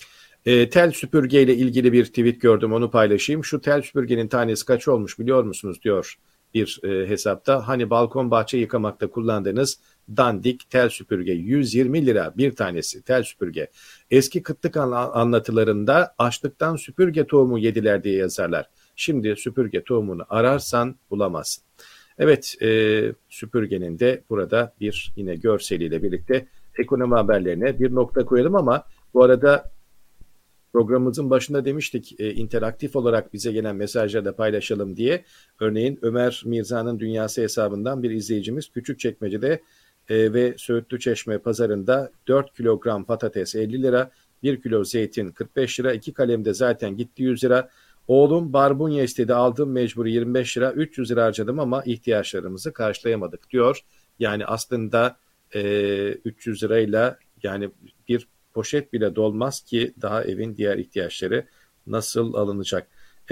Tel süpürge ile ilgili bir tweet gördüm, onu paylaşayım. Şu tel süpürgenin tanesi kaç olmuş biliyor musunuz diyor bir hesapta. Hani balkon bahçe yıkamakta kullandığınız dandik tel süpürge 120 lira bir tanesi tel süpürge. Eski kıtlık anlatılarında açlıktan süpürge tohumu yediler diye yazarlar. Şimdi süpürge tohumunu ararsan bulamazsın. Evet, süpürgenin de burada bir yine görseliyle birlikte ekonomi haberlerine bir nokta koyalım ama bu arada programımızın başında demiştik interaktif olarak bize gelen mesajları da paylaşalım diye. Örneğin Ömer Mirza'nın Dünyası hesabından bir izleyicimiz Küçükçekmece'de ve Söğütlü Çeşme pazarında 4 kilogram patates 50 lira, 1 kilo zeytin 45 lira, 2 kalemde zaten gitti 100 lira. Oğlum barbunya istedi, aldım mecburi 25 lira, 300 lira harcadım ama ihtiyaçlarımızı karşılayamadık diyor. Yani aslında 300 lirayla yani bir poşet bile dolmaz ki daha evin diğer ihtiyaçları nasıl alınacak?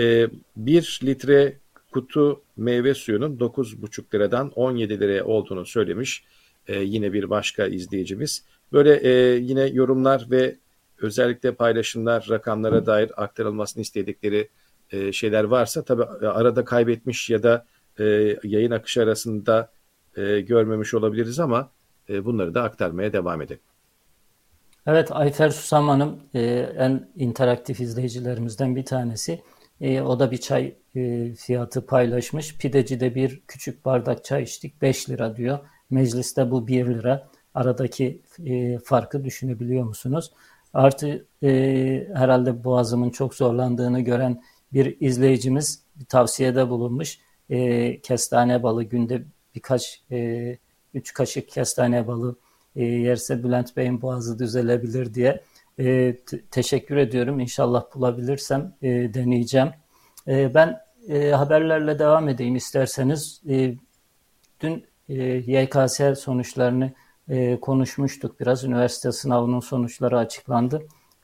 1 litre kutu meyve suyunun 9,5 liradan 17 liraya olduğunu söylemiş yine bir başka izleyicimiz. Böyle yine yorumlar ve özellikle paylaşımlar, rakamlara dair aktarılmasını istedikleri şeyler varsa tabii arada kaybetmiş ya da yayın akışı arasında görmemiş olabiliriz ama bunları da aktarmaya devam edelim. Evet, Ayfer Susam Hanım en interaktif izleyicilerimizden bir tanesi. O da bir çay fiyatı paylaşmış. Pidecide bir küçük bardak çay içtik 5 lira diyor. Mecliste bu 1 lira. Aradaki farkı düşünebiliyor musunuz? Artı herhalde boğazımın çok zorlandığını gören bir izleyicimiz bir tavsiyede bulunmuş. Kestane balı günde birkaç 3 kaşık kestane balı yerse Bülent Bey'in boğazı düzelebilir diye teşekkür ediyorum. İnşallah bulabilirsem deneyeceğim. Ben haberlerle devam edeyim isterseniz. Dün YKS sonuçlarını konuşmuştuk biraz. Üniversite sınavının sonuçları açıklandı.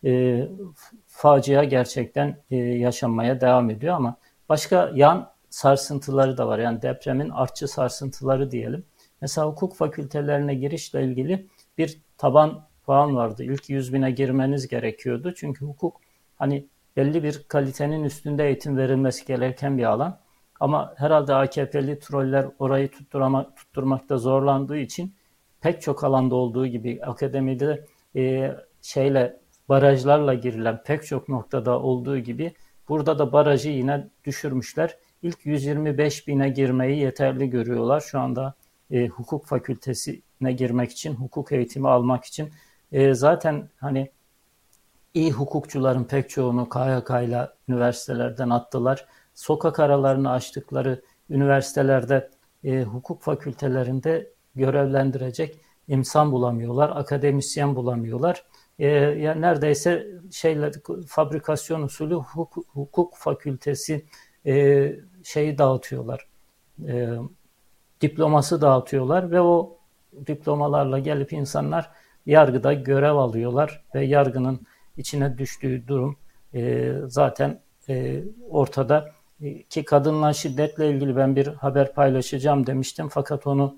Facia gerçekten yaşanmaya devam ediyor ama başka yan sarsıntıları da var. Yani depremin artçı sarsıntıları diyelim. Mesela hukuk fakültelerine girişle ilgili bir taban puan vardı. İlk 100 bine girmeniz gerekiyordu. Çünkü hukuk hani belli bir kalitenin üstünde eğitim verilmesi gereken bir alan. Ama herhalde AKP'li troller orayı tutturmakta zorlandığı için pek çok alanda olduğu gibi akademide barajlarla girilen pek çok noktada olduğu gibi burada da barajı yine düşürmüşler. İlk 125 bine girmeyi yeterli görüyorlar. Şu anda hukuk fakültesine girmek için, hukuk eğitimi almak için zaten hani iyi hukukçuların pek çoğunu KYK üniversitelerden attılar. Sokak aralarını açtıkları üniversitelerde hukuk fakültelerinde görevlendirecek insan bulamıyorlar, akademisyen bulamıyorlar. Yani neredeyse fabrikasyon usulü hukuk fakültesi şeyi dağıtıyorlar, diploması dağıtıyorlar ve o diplomalarla gelip insanlar yargıda görev alıyorlar ve yargının içine düştüğü durum zaten ortada. Ki kadınla şiddetle ilgili ben bir haber paylaşacağım demiştim fakat onu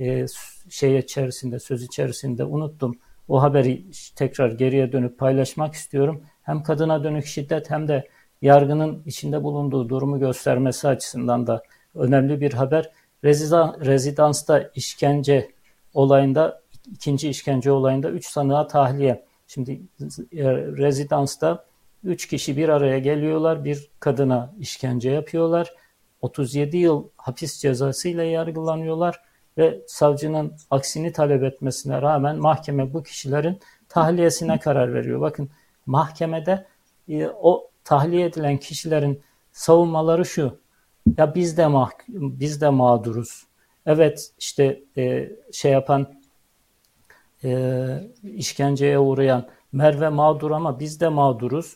söz içerisinde unuttum. O haberi tekrar geriye dönüp paylaşmak istiyorum. Hem kadına dönük şiddet hem de yargının içinde bulunduğu durumu göstermesi açısından da önemli bir haber. Rezidansta işkence olayında, ikinci işkence olayında 3 sanığa tahliye. Şimdi rezidansta 3 kişi bir araya geliyorlar, bir kadına işkence yapıyorlar. 37 yıl hapis cezasıyla yargılanıyorlar ve savcının aksini talep etmesine rağmen mahkeme bu kişilerin tahliyesine karar veriyor. Bakın mahkemede o tahliye edilen kişilerin savunmaları şu: ya biz de mağduruz. Evet işte işkenceye uğrayan Merve mağdur ama biz de mağduruz.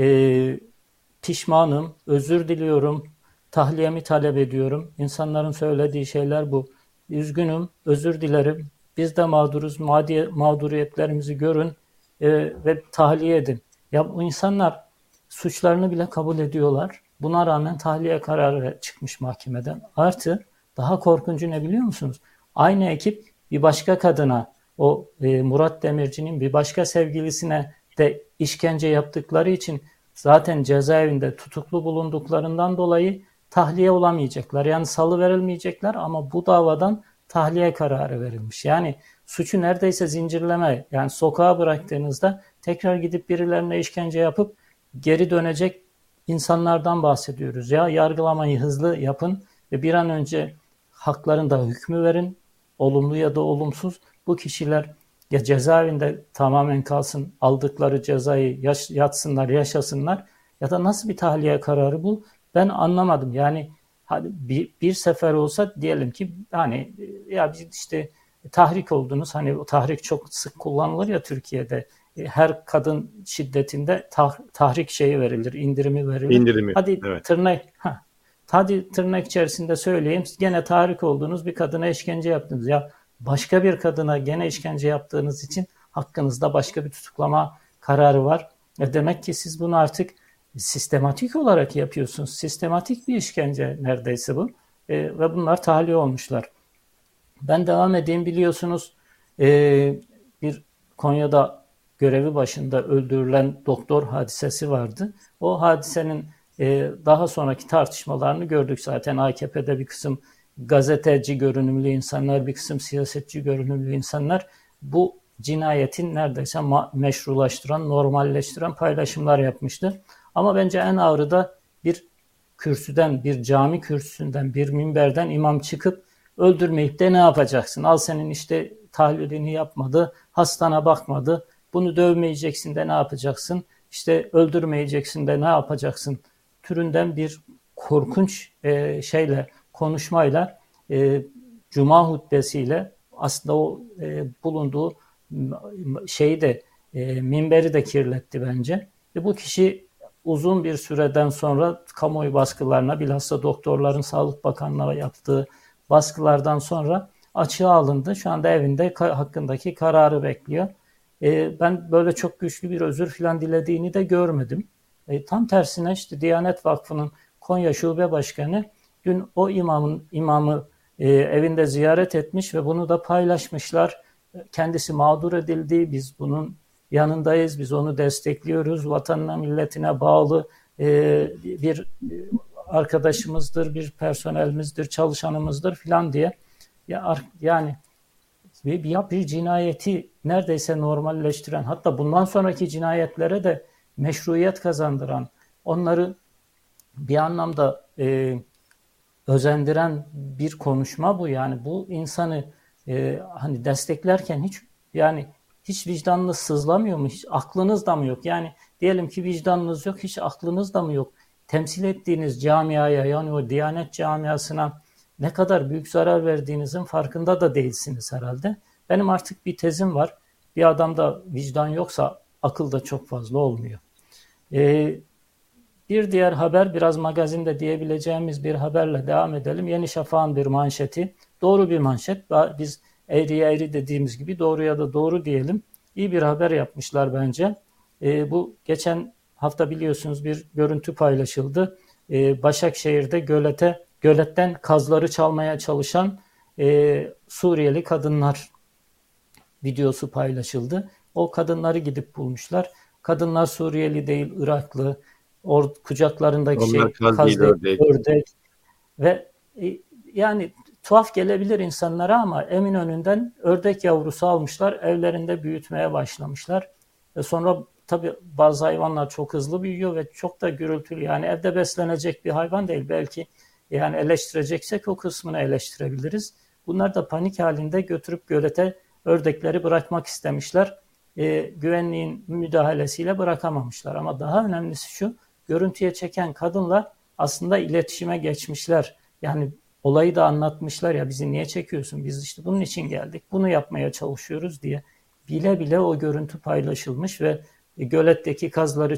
Pişmanım, özür diliyorum, tahliyemi talep ediyorum. İnsanların söylediği şeyler bu. Üzgünüm, özür dilerim, biz de mağduruz, mağduriyetlerimizi görün ve tahliye edin. Ya bu insanlar suçlarını bile kabul ediyorlar. Buna rağmen tahliye kararı çıkmış mahkemeden. Artı daha korkuncu ne biliyor musunuz? Aynı ekip bir başka kadına, Murat Demirci'nin bir başka sevgilisine de işkence yaptıkları için zaten cezaevinde tutuklu bulunduklarından dolayı tahliye olamayacaklar. Yani salıverilmeyecekler ama bu davadan tahliye kararı verilmiş. Yani suçu neredeyse zincirleme, yani sokağa bıraktığınızda tekrar gidip birilerine işkence yapıp geri dönecek insanlardan bahsediyoruz. Ya yargılamayı hızlı yapın ve bir an önce haklarında hükmü verin, olumlu ya da olumsuz. Bu kişiler ya cezaevinde tamamen kalsın, aldıkları cezayı yatsınlar, yaşasınlar ya da nasıl bir tahliye kararı bu? Ben anlamadım. Yani hadi bir sefer olsa diyelim ki hani ya işte tahrik oldunuz. Hani o tahrik çok sık kullanılır ya Türkiye'de. Her kadın şiddetinde tahrik şeyi verilir, indirimi verilir. İndirimi. Hadi evet. tırnak içerisinde söyleyeyim. Gene tahrik oldunuz, bir kadına işkence yaptınız. Ya başka bir kadına gene işkence yaptığınız için hakkınızda başka bir tutuklama kararı var. Demek ki siz bunu artık sistematik olarak yapıyorsunuz. Sistematik bir işkence neredeyse bu. Ve bunlar tahliye olmuşlar. Ben devam edeyim. Biliyorsunuz bir Konya'da görevi başında öldürülen doktor hadisesi vardı. O hadisenin daha sonraki tartışmalarını gördük zaten. AKP'de bir kısım gazeteci görünümlü insanlar, bir kısım siyasetçi görünümlü insanlar bu cinayetin neredeyse meşrulaştıran, normalleştiren paylaşımlar yapmıştı. Ama bence en ağırı da bir kürsüden, bir cami kürsüsünden, bir minberden imam çıkıp öldürmeyip de ne yapacaksın? Al senin işte tahlilini yapmadı, hastana bakmadı, bunu dövmeyeceksin de ne yapacaksın? İşte öldürmeyeceksin de ne yapacaksın? Türünden bir korkunç konuşmayla, Cuma hutbesiyle aslında o bulunduğu minberi de kirletti bence. Ve bu kişi uzun bir süreden sonra kamuoyu baskılarına, bilhassa doktorların Sağlık Bakanlığı'na yaptığı baskılardan sonra açığa alındı. Şu anda evinde hakkındaki kararı bekliyor. Ben böyle çok güçlü bir özür filan dilediğini de görmedim. Tam tersine işte Diyanet Vakfı'nın Konya Şube Başkanı dün o imamı evinde ziyaret etmiş ve bunu da paylaşmışlar. Kendisi mağdur edildi, biz bunun yanındayız, biz onu destekliyoruz, vatanına milletine bağlı bir arkadaşımızdır, bir personelimizdir, çalışanımızdır filan diye yani bir cinayeti neredeyse normalleştiren, hatta bundan sonraki cinayetlere de meşruiyet kazandıran, onları bir anlamda özendiren bir konuşma bu. Yani bu insanı hani desteklerken hiç vicdanınız sızlamıyor mu? Hiç aklınız da mı yok? Yani diyelim ki vicdanınız yok, hiç aklınız da mı yok? Temsil ettiğiniz camiaya, yani o Diyanet camiasına ne kadar büyük zarar verdiğinizin farkında da değilsiniz herhalde. Benim artık bir tezim var. Bir adamda vicdan yoksa akıl da çok fazla olmuyor. Bir diğer haber, biraz magazinde diyebileceğimiz bir haberle devam edelim. Yeni Şafak'ın bir manşeti. Doğru bir manşet. Biz eğriye eğri dediğimiz gibi doğruya da doğru diyelim. İyi bir haber yapmışlar bence. Bu geçen hafta biliyorsunuz bir görüntü paylaşıldı. Başakşehir'de göletten kazları çalmaya çalışan Suriyeli kadınlar videosu paylaşıldı. O kadınları gidip bulmuşlar. Kadınlar Suriyeli değil, Iraklı. Kucaklarındaki Onlar kaz kaz değil, değil, ördek. ördek. Ve yani tuhaf gelebilir insanlara ama Eminönü'nden ördek yavrusu almışlar, evlerinde büyütmeye başlamışlar. Ve sonra tabii bazı hayvanlar çok hızlı büyüyor ve çok da gürültülü. Yani evde beslenecek bir hayvan değil. Belki yani eleştireceksek o kısmını eleştirebiliriz. Bunlar da panik halinde götürüp gölete ördekleri bırakmak istemişler. Güvenliğin müdahalesiyle bırakamamışlar. Ama daha önemlisi şu, görüntüye çeken kadınlar aslında iletişime geçmişler. Yani olayı da anlatmışlar, ya bizi niye çekiyorsun? Biz işte bunun için geldik. Bunu yapmaya çalışıyoruz diye bile bile o görüntü paylaşılmış ve göletteki kazları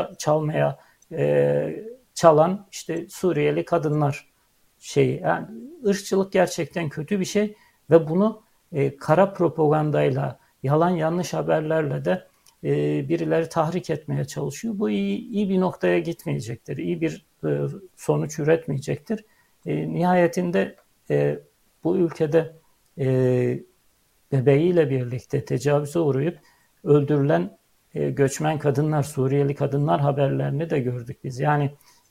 çalan işte Suriyeli kadınlar yani ırkçılık gerçekten kötü bir şey ve bunu kara propagandayla, yalan yanlış haberlerle de birileri tahrik etmeye çalışıyor. Bu iyi bir noktaya gitmeyecektir. İyi bir sonuç üretmeyecektir. Nihayetinde bu ülkede bebeğiyle birlikte tecavüze uğrayıp öldürülen göçmen kadınlar, Suriyeli kadınlar haberlerini de gördük biz. Yani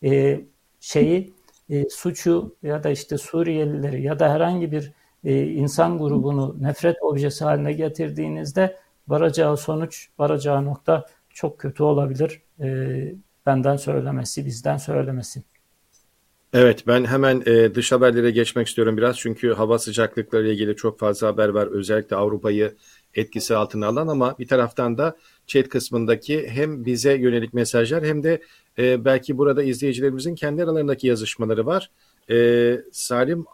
suçu ya da işte Suriyelileri ya da herhangi bir insan grubunu nefret objesi haline getirdiğinizde varacağı nokta çok kötü olabilir. Benden söylemesi, bizden söylemesi. Evet, ben hemen dış haberlere geçmek istiyorum biraz. Çünkü hava sıcaklıkları ile ilgili çok fazla haber var. Özellikle Avrupa'yı etkisi altına alan, ama bir taraftan da chat kısmındaki hem bize yönelik mesajlar hem de belki burada izleyicilerimizin kendi aralarındaki yazışmaları var. Salim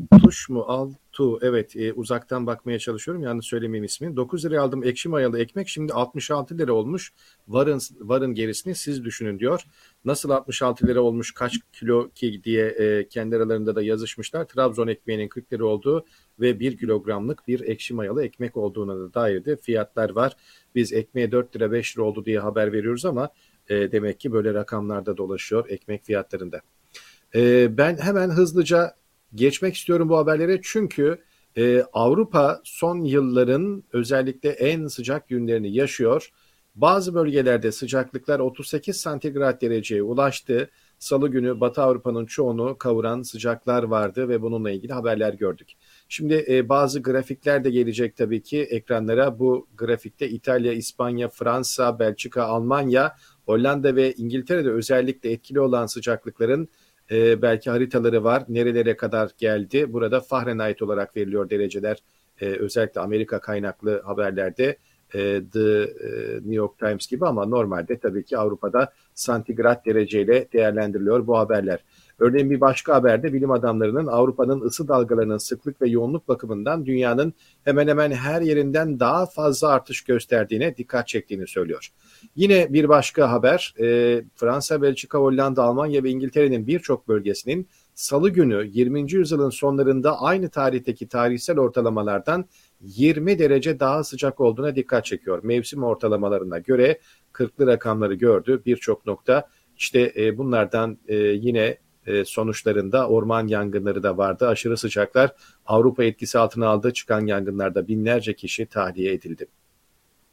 Altu, evet, uzaktan bakmaya çalışıyorum, yanlış söylemeyeyim ismini. 9 liraya aldım ekşi mayalı ekmek, şimdi 66 lira olmuş. Varın gerisini siz düşünün diyor. Nasıl 66 lira olmuş, kaç kilo ki diye kendi aralarında da yazışmışlar. Trabzon ekmeğinin 40 lira olduğu ve 1 kilogramlık bir ekşi mayalı ekmek olduğuna da dair de fiyatlar var. Biz ekmeğe 4 lira 5 lira oldu diye haber veriyoruz ama demek ki böyle rakamlarda dolaşıyor ekmek fiyatlarında. Ben hemen hızlıca geçmek istiyorum bu haberlere, çünkü Avrupa son yılların özellikle en sıcak günlerini yaşıyor. Bazı bölgelerde sıcaklıklar 38 santigrat dereceye ulaştı. Salı günü Batı Avrupa'nın çoğunu kavuran sıcaklar vardı ve bununla ilgili haberler gördük. Şimdi bazı grafikler de gelecek tabii ki ekranlara. Bu grafikte İtalya, İspanya, Fransa, Belçika, Almanya, Hollanda ve İngiltere'de özellikle etkili olan sıcaklıkların belki haritaları var. Nerelere kadar geldi? Burada Fahrenheit olarak veriliyor dereceler. Özellikle Amerika kaynaklı haberlerde The New York Times gibi, ama normalde tabii ki Avrupa'da santigrat dereceyle değerlendiriliyor bu haberler. Örneğin bir başka haberde bilim adamlarının Avrupa'nın ısı dalgalarının sıklık ve yoğunluk bakımından dünyanın hemen hemen her yerinden daha fazla artış gösterdiğine dikkat çektiğini söylüyor. Yine bir başka haber, Fransa, Belçika, Hollanda, Almanya ve İngiltere'nin birçok bölgesinin Salı günü 20. yüzyılın sonlarında aynı tarihteki tarihsel ortalamalardan 20 derece daha sıcak olduğuna dikkat çekiyor. Mevsim ortalamalarına göre 40'lı rakamları gördü birçok nokta. İşte bunlardan yine sonuçlarında orman yangınları da vardı. Aşırı sıcaklar Avrupa etkisi altına aldı. Çıkan yangınlarda binlerce kişi tahliye edildi.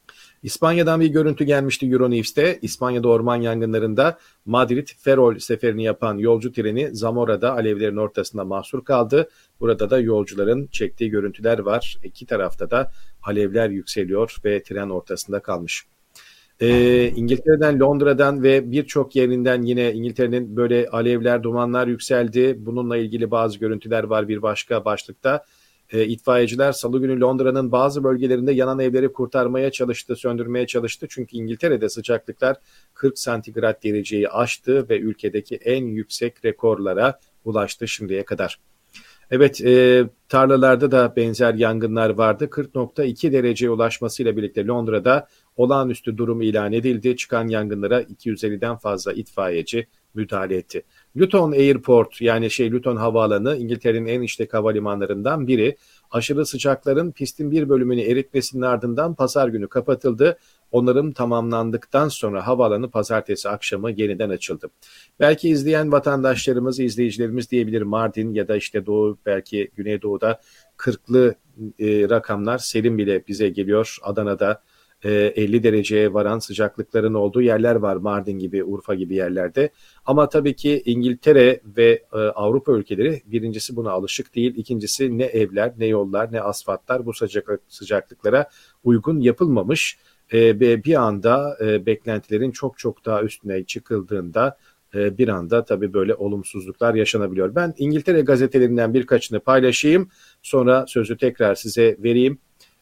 İspanya'dan bir görüntü gelmişti Euronews'te. İspanya'da orman yangınlarında Madrid-Ferrol seferini yapan yolcu treni Zamora'da alevlerin ortasında mahsur kaldı. Burada da yolcuların çektiği görüntüler var. İki tarafta da alevler yükseliyor ve tren ortasında kalmış. İngiltere'den, Londra'dan ve birçok yerinden yine İngiltere'nin böyle alevler, dumanlar yükseldi. Bununla ilgili bazı görüntüler var bir başka başlıkta. İtfaiyeciler Salı günü Londra'nın bazı bölgelerinde yanan evleri kurtarmaya çalıştı, söndürmeye çalıştı. Çünkü İngiltere'de sıcaklıklar 40 santigrat dereceyi aştı ve ülkedeki en yüksek rekorlara ulaştı şimdiye kadar. Evet, tarlalarda da benzer yangınlar vardı. 40.2 dereceye ulaşmasıyla birlikte Londra'da olağanüstü durum ilan edildi. Çıkan yangınlara 250'den fazla itfaiyeci müdahale etti. Luton Airport yani Luton Havaalanı İngiltere'nin en işlek havalimanlarından biri. Aşırı sıcakların pistin bir bölümünü eritmesinin ardından pazar günü kapatıldı. Onarım tamamlandıktan sonra havaalanı pazartesi akşamı yeniden açıldı. Belki izleyen vatandaşlarımız, izleyicilerimiz diyebilir Mardin ya da Doğu, belki Güneydoğu'da 40'lı rakamlar serin bile bize geliyor. Adana'da 50 dereceye varan sıcaklıkların olduğu yerler var, Mardin gibi, Urfa gibi yerlerde. Ama tabii ki İngiltere ve Avrupa ülkeleri birincisi buna alışık değil. İkincisi ne evler, ne yollar, ne asfaltlar bu sıcaklıklara uygun yapılmamış. Ve bir anda beklentilerin çok çok daha üstüne çıkıldığında bir anda tabii böyle olumsuzluklar yaşanabiliyor. Ben İngiltere gazetelerinden birkaçını paylaşayım. Sonra sözü tekrar size vereyim.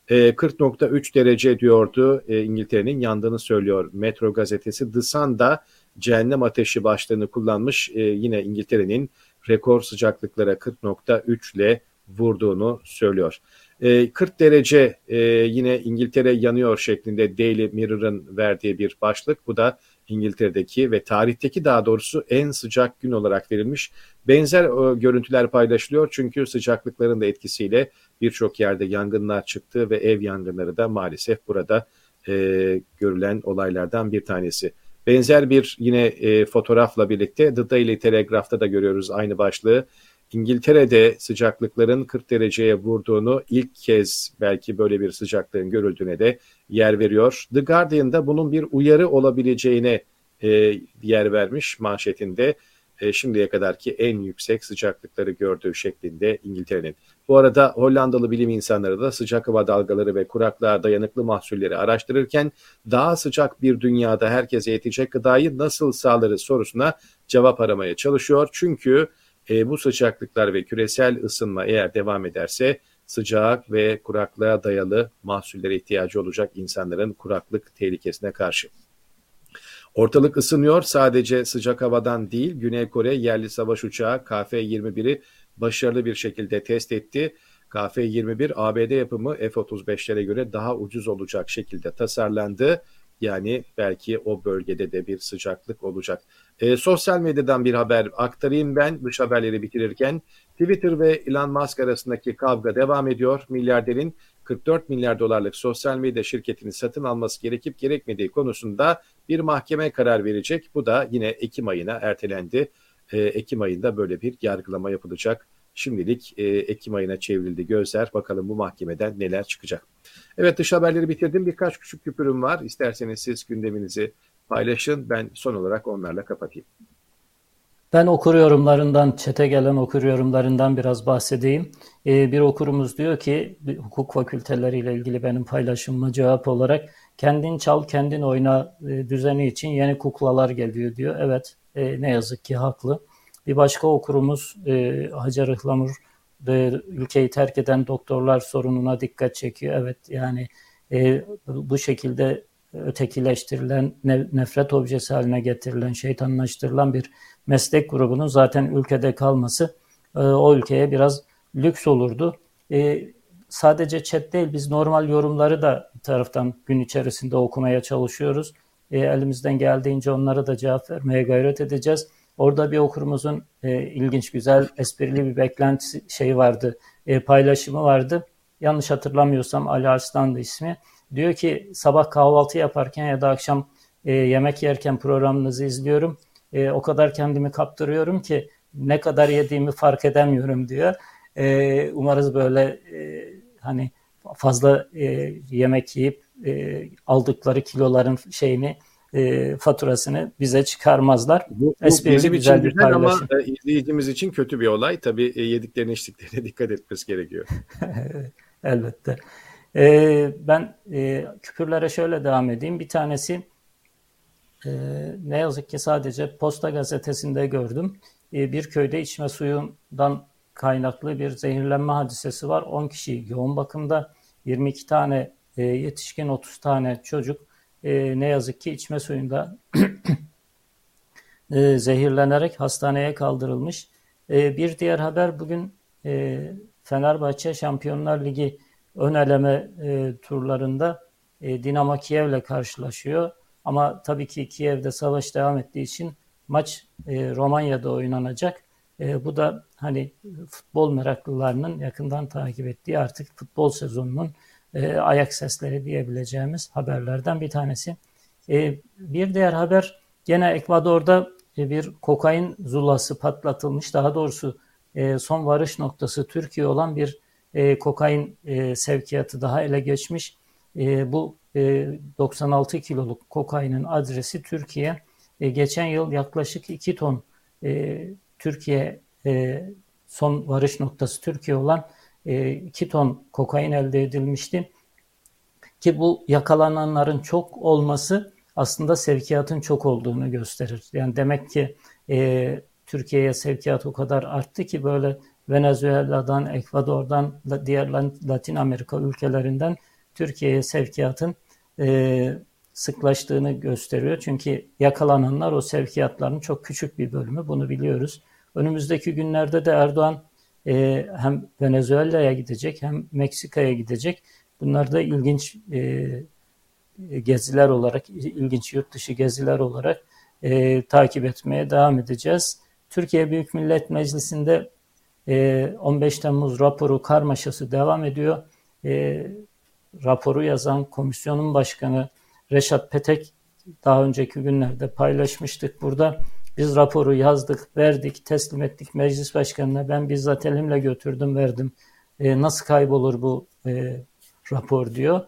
40.3 derece diyordu, İngiltere'nin yandığını söylüyor Metro gazetesi. The Sun'da cehennem ateşi başlığını kullanmış, yine İngiltere'nin rekor sıcaklıklara 40.3 ile vurduğunu söylüyor. 40 derece yine İngiltere yanıyor şeklinde Daily Mirror'ın verdiği bir başlık. Bu da İngiltere'deki ve tarihteki daha doğrusu en sıcak gün olarak verilmiş. Benzer görüntüler paylaşılıyor çünkü sıcaklıkların da etkisiyle birçok yerde yangınlar çıktı ve ev yangınları da maalesef burada görülen olaylardan bir tanesi. Benzer bir yine fotoğrafla birlikte The Daily Telegraph'ta da görüyoruz aynı başlığı. İngiltere'de sıcaklıkların 40 dereceye vurduğunu, ilk kez belki böyle bir sıcaklığın görüldüğüne de yer veriyor. The Guardian'da bunun bir uyarı olabileceğine yer vermiş manşetinde. Şimdiye kadarki en yüksek sıcaklıkları gördüğü şeklinde İngiltere'nin. Bu arada Hollandalı bilim insanları da sıcak hava dalgaları ve kuraklığa dayanıklı mahsulleri araştırırken daha sıcak bir dünyada herkese yetecek gıdayı nasıl sağlarız sorusuna cevap aramaya çalışıyor. Çünkü bu sıcaklıklar ve küresel ısınma eğer devam ederse sıcak ve kuraklığa dayalı mahsullere ihtiyacı olacak insanların kuraklık tehlikesine karşı. Ortalık ısınıyor, sadece sıcak havadan değil. Güney Kore yerli savaş uçağı KF-21'i başarılı bir şekilde test etti. KF-21 ABD yapımı F-35'lere göre daha ucuz olacak şekilde tasarlandı. Yani belki o bölgede de bir sıcaklık olacak. Sosyal medyadan bir haber aktarayım ben dış haberleri bitirirken. Twitter ve Elon Musk arasındaki kavga devam ediyor. Milyarderin 44 milyar dolarlık sosyal medya şirketini satın alması gerekip gerekmediği konusunda bir mahkeme karar verecek. Bu da yine Ekim ayına ertelendi. Ekim ayında böyle bir yargılama yapılacak. Şimdilik Ekim ayına çevrildi gözler. Bakalım bu mahkemeden neler çıkacak. Evet, dış haberleri bitirdim. Birkaç küçük küpürüm var. İsterseniz siz gündeminizi paylaşın. Ben son olarak onlarla kapatayım. Ben okur yorumlarından, çete gelen okur yorumlarından biraz bahsedeyim. Bir okurumuz diyor ki, hukuk fakülteleriyle ilgili benim paylaşımıma cevap olarak kendin çal, kendin oyna düzeni için yeni kuklalar geliyor diyor. Evet, ne yazık ki haklı. Bir başka okurumuz Hacer Ihlamur ülkeyi terk eden doktorlar sorununa dikkat çekiyor. Evet, yani bu şekilde ötekileştirilen, nefret objesi haline getirilen, şeytanlaştırılan bir meslek grubunun zaten ülkede kalması o ülkeye biraz lüks olurdu. Sadece chat değil, biz normal yorumları da bir taraftan gün içerisinde okumaya çalışıyoruz. Elimizden geldiğince onlara da cevap vermeye gayret edeceğiz. Orada bir okurumuzun ilginç, güzel, esprili bir beklenti vardı, paylaşımı vardı. Yanlış hatırlamıyorsam Ali Arslan'dı ismi. Diyor ki sabah kahvaltı yaparken ya da akşam yemek yerken programınızı izliyorum. O kadar kendimi kaptırıyorum ki ne kadar yediğimi fark edemiyorum diyor. Umarız böyle hani fazla yemek yiyip aldıkları kiloların faturasını bize çıkarmazlar. Bu Esprili, bizim güzel için bir güzel ama paylaşım. izleyicimiz için kötü bir olay. Tabii yediklerine içtiklerine dikkat etmesi gerekiyor. Elbette. Ben küpürlere şöyle devam edeyim. Bir tanesi ne yazık ki sadece Posta Gazetesi'nde gördüm. Bir köyde içme suyundan kaynaklı bir zehirlenme hadisesi var. 10 kişi yoğun bakımda, 22 tane yetişkin, 30 tane çocuk ne yazık ki içme suyunda zehirlenerek hastaneye kaldırılmış. Bir diğer haber bugün Fenerbahçe Şampiyonlar Ligi ön eleme turlarında Dinamo Kiev'le karşılaşıyor. Ama tabii ki Kiev'de savaş devam ettiği için maç Romanya'da oynanacak. Bu da hani futbol meraklılarının yakından takip ettiği artık futbol sezonunun ayak sesleri diyebileceğimiz haberlerden bir tanesi. Bir diğer haber gene Ekvador'da bir kokain zulası patlatılmış. Daha doğrusu son varış noktası Türkiye olan bir kokain sevkiyatı daha ele geçmiş. Bu 96 kiloluk kokainin adresi Türkiye. Geçen yıl yaklaşık 2 ton Türkiye son varış noktası Türkiye olan 2 ton kokain elde edilmişti. Ki bu yakalananların çok olması aslında sevkiyatın çok olduğunu gösterir. Yani demek ki Türkiye'ye sevkiyat o kadar arttı ki böyle Venezuela'dan, Ekvador'dan, diğer Latin Amerika ülkelerinden Türkiye'ye sevkiyatın sıklaştığını gösteriyor. Çünkü yakalananlar o sevkiyatların çok küçük bir bölümü, bunu biliyoruz. Önümüzdeki günlerde de Erdoğan hem Venezuela'ya gidecek hem Meksika'ya gidecek. Bunlar da ilginç geziler olarak, ilginç yurt dışı geziler olarak takip etmeye devam edeceğiz. Türkiye Büyük Millet Meclisi'nde 15 Temmuz raporu karmaşası devam ediyor. Raporu yazan komisyonun başkanı Reşat Petek daha önceki günlerde paylaşmıştık burada. Biz raporu yazdık, verdik, teslim ettik meclis başkanına. Ben bizzat elimle götürdüm, verdim. Nasıl kaybolur bu rapor diyor.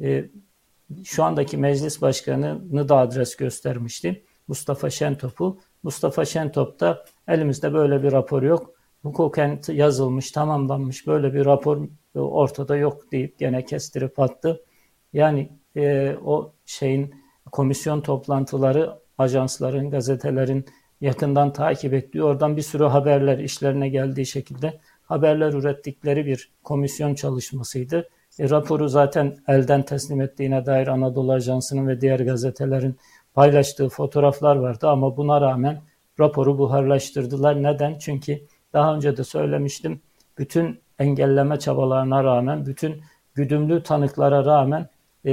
Şu andaki meclis başkanını da adres göstermişti. Mustafa Şentop'u. Mustafa Şentop da elimizde böyle bir rapor yok. Hukuken yazılmış, tamamlanmış böyle bir rapor ortada yok deyip gene kestirip attı. Yani o komisyon toplantıları ajansların, gazetelerin yakından takip ettiği, oradan bir sürü haberler işlerine geldiği şekilde haberler ürettikleri bir komisyon çalışmasıydı. Raporu zaten elden teslim ettiğine dair Anadolu Ajansı'nın ve diğer gazetelerin paylaştığı fotoğraflar vardı ama buna rağmen raporu buharlaştırdılar. Neden? Çünkü daha önce de söylemiştim, bütün engelleme çabalarına rağmen, bütün güdümlü tanıklara rağmen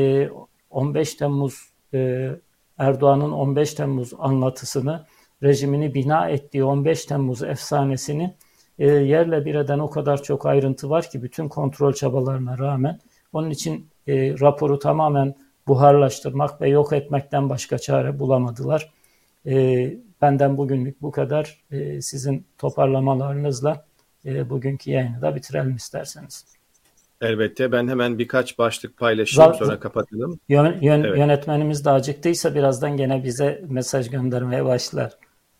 15 Temmuz Erdoğan'ın 15 Temmuz anlatısını, rejimini bina ettiği 15 Temmuz efsanesini yerle bir eden o kadar çok ayrıntı var ki bütün kontrol çabalarına rağmen. Onun için raporu tamamen buharlaştırmak ve yok etmekten başka çare bulamadılar. Benden bugünlük bu kadar. Sizin toparlamalarınızla bugünkü yayını da bitirelim isterseniz. Elbette, ben hemen birkaç başlık paylaşayım sonra kapatalım. Evet. Yönetmenimiz de acıktıysa birazdan gene bize mesaj göndermeye başlar.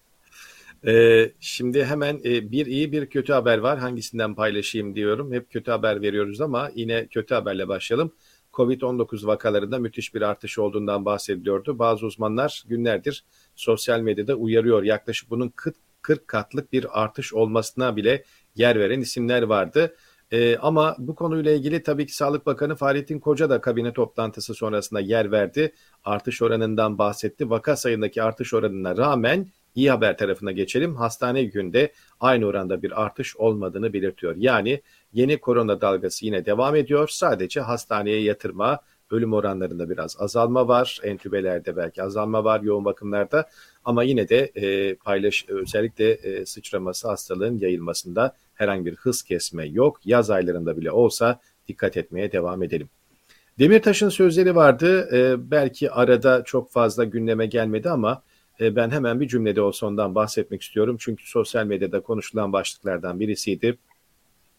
Şimdi hemen bir iyi bir kötü haber var. Hangisinden paylaşayım diyorum. Hep kötü haber veriyoruz ama yine kötü haberle başlayalım. Covid-19 vakalarında müthiş bir artış olduğundan bahsediliyordu. Bazı uzmanlar günlerdir sosyal medyada uyarıyor. Yaklaşık bunun 40 katlık bir artış olmasına bile yer veren isimler vardı. Ama bu konuyla ilgili tabii ki Sağlık Bakanı Fahrettin Koca da kabine toplantısı sonrasında yer verdi. Artış oranından bahsetti. Vaka sayındaki artış oranına rağmen iyi haber tarafına geçelim. Hastane yükünde aynı oranda bir artış olmadığını belirtiyor. Yani yeni korona dalgası yine devam ediyor. Sadece hastaneye yatırma, ölüm oranlarında biraz azalma var. Entübelerde belki azalma var, yoğun bakımlarda. Ama yine de özellikle sıçraması, hastalığın yayılmasında herhangi bir hız kesme yok. Yaz aylarında bile olsa dikkat etmeye devam edelim. Demirtaş'ın sözleri vardı. Belki arada çok fazla gündeme gelmedi ama ben hemen bir cümlede olsa ondan bahsetmek istiyorum. Çünkü sosyal medyada konuşulan başlıklardan birisiydi.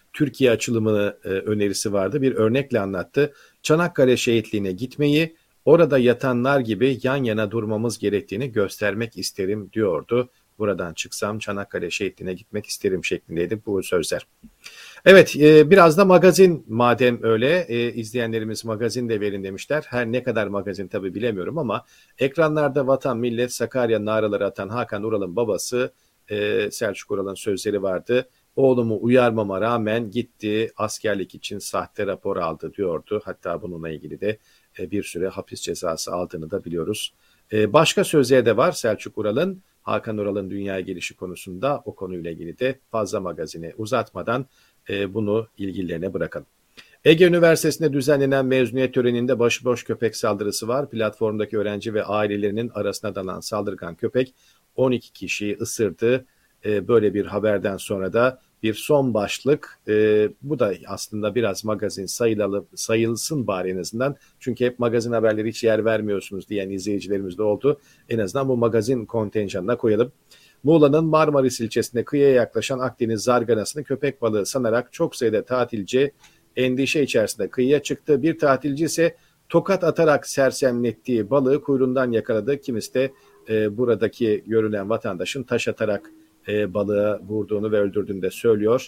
Türkiye açılımı önerisi vardı. Bir örnekle anlattı. Çanakkale şehitliğine gitmeyi, orada yatanlar gibi yan yana durmamız gerektiğini göstermek isterim diyordu. Buradan çıksam Çanakkale şehitliğine gitmek isterim şeklindeydi bu sözler. Evet, biraz da magazin madem öyle, izleyenlerimiz magazin de verin demişler. Her ne kadar magazin tabii bilemiyorum ama ekranlarda Vatan, Millet, Sakarya naraları atan Hakan Ural'ın babası Selçuk Ural'ın sözleri vardı. Oğlumu uyarmama rağmen gitti askerlik için sahte rapor aldı diyordu. Hatta bununla ilgili de bir süre hapis cezası aldığını da biliyoruz. Başka sözleri de var Selçuk Ural'ın. Hakan Ural'ın dünyaya gelişi konusunda o konuyla ilgili de fazla magazini uzatmadan bunu ilgililerine bırakalım. Ege Üniversitesi'nde düzenlenen mezuniyet töreninde başıboş köpek saldırısı var. Platformdaki öğrenci ve ailelerinin arasına dalan saldırgan köpek 12 kişiyi ısırdı. Böyle bir haberden sonra da bir son başlık. Bu da aslında biraz magazin sayılsın bari en azından. Çünkü hep magazin haberleri hiç yer vermiyorsunuz diyen izleyicilerimiz de oldu. En azından bu magazin kontenjanına koyalım. Muğla'nın Marmaris ilçesinde kıyıya yaklaşan Akdeniz zarganasını köpek balığı sanarak çok sayıda tatilci endişe içerisinde kıyıya çıktı. Bir tatilci ise tokat atarak sersemlettiği balığı kuyruğundan yakaladı. Kimisi de buradaki görülen vatandaşın taş atarak balığı vurduğunu ve öldürdüğünü de söylüyor.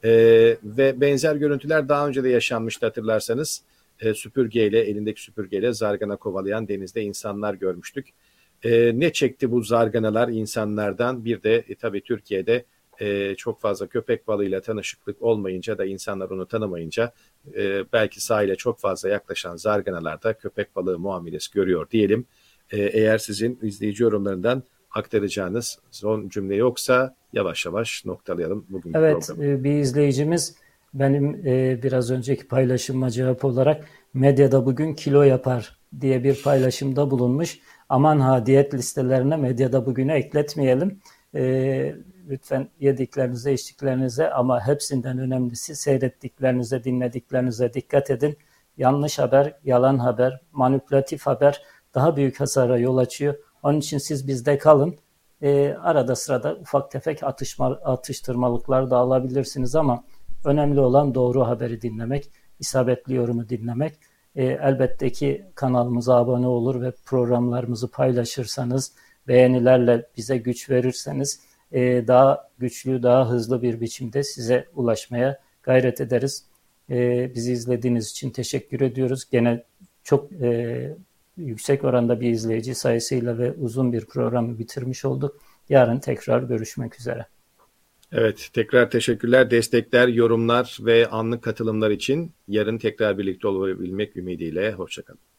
Ve benzer görüntüler daha önce de yaşanmıştı hatırlarsanız. Elindeki süpürgeyle zargana kovalayan denizde insanlar görmüştük. Ne çekti bu zarganalar insanlardan? Bir de tabii Türkiye'de çok fazla köpek balığıyla tanışıklık olmayınca da insanlar onu tanımayınca belki sahile çok fazla yaklaşan zarganalar da köpek balığı muamelesi görüyor diyelim. Eğer sizin izleyici yorumlarından aktaracağınız son cümle yoksa yavaş yavaş noktalayalım bugünkü programı. Evet, bir izleyicimiz benim biraz önceki paylaşıma cevap olarak medyada bugün kilo yapar diye bir paylaşımda bulunmuş. Aman ha, diyet listelerine medyada bugünü ekletmeyelim. Lütfen yediklerinize, içtiklerinize ama hepsinden önemlisi seyrettiklerinize, dinlediklerinize dikkat edin. Yanlış haber, yalan haber, manipülatif haber daha büyük hasara yol açıyor. Onun için siz bizde kalın. Arada sırada ufak tefek atıştırmalıklar da alabilirsiniz ama önemli olan doğru haberi dinlemek, isabetli yorumu dinlemek. Elbette ki kanalımıza abone olur ve programlarımızı paylaşırsanız, beğenilerle bize güç verirseniz daha güçlü, daha hızlı bir biçimde size ulaşmaya gayret ederiz. Bizi izlediğiniz için teşekkür ediyoruz. Gene çok yüksek oranda bir izleyici sayısıyla ve uzun bir programı bitirmiş olduk. Yarın tekrar görüşmek üzere. Evet, tekrar teşekkürler. Destekler, yorumlar ve anlık katılımlar için yarın tekrar birlikte olabilmek ümidiyle. Hoşça kalın.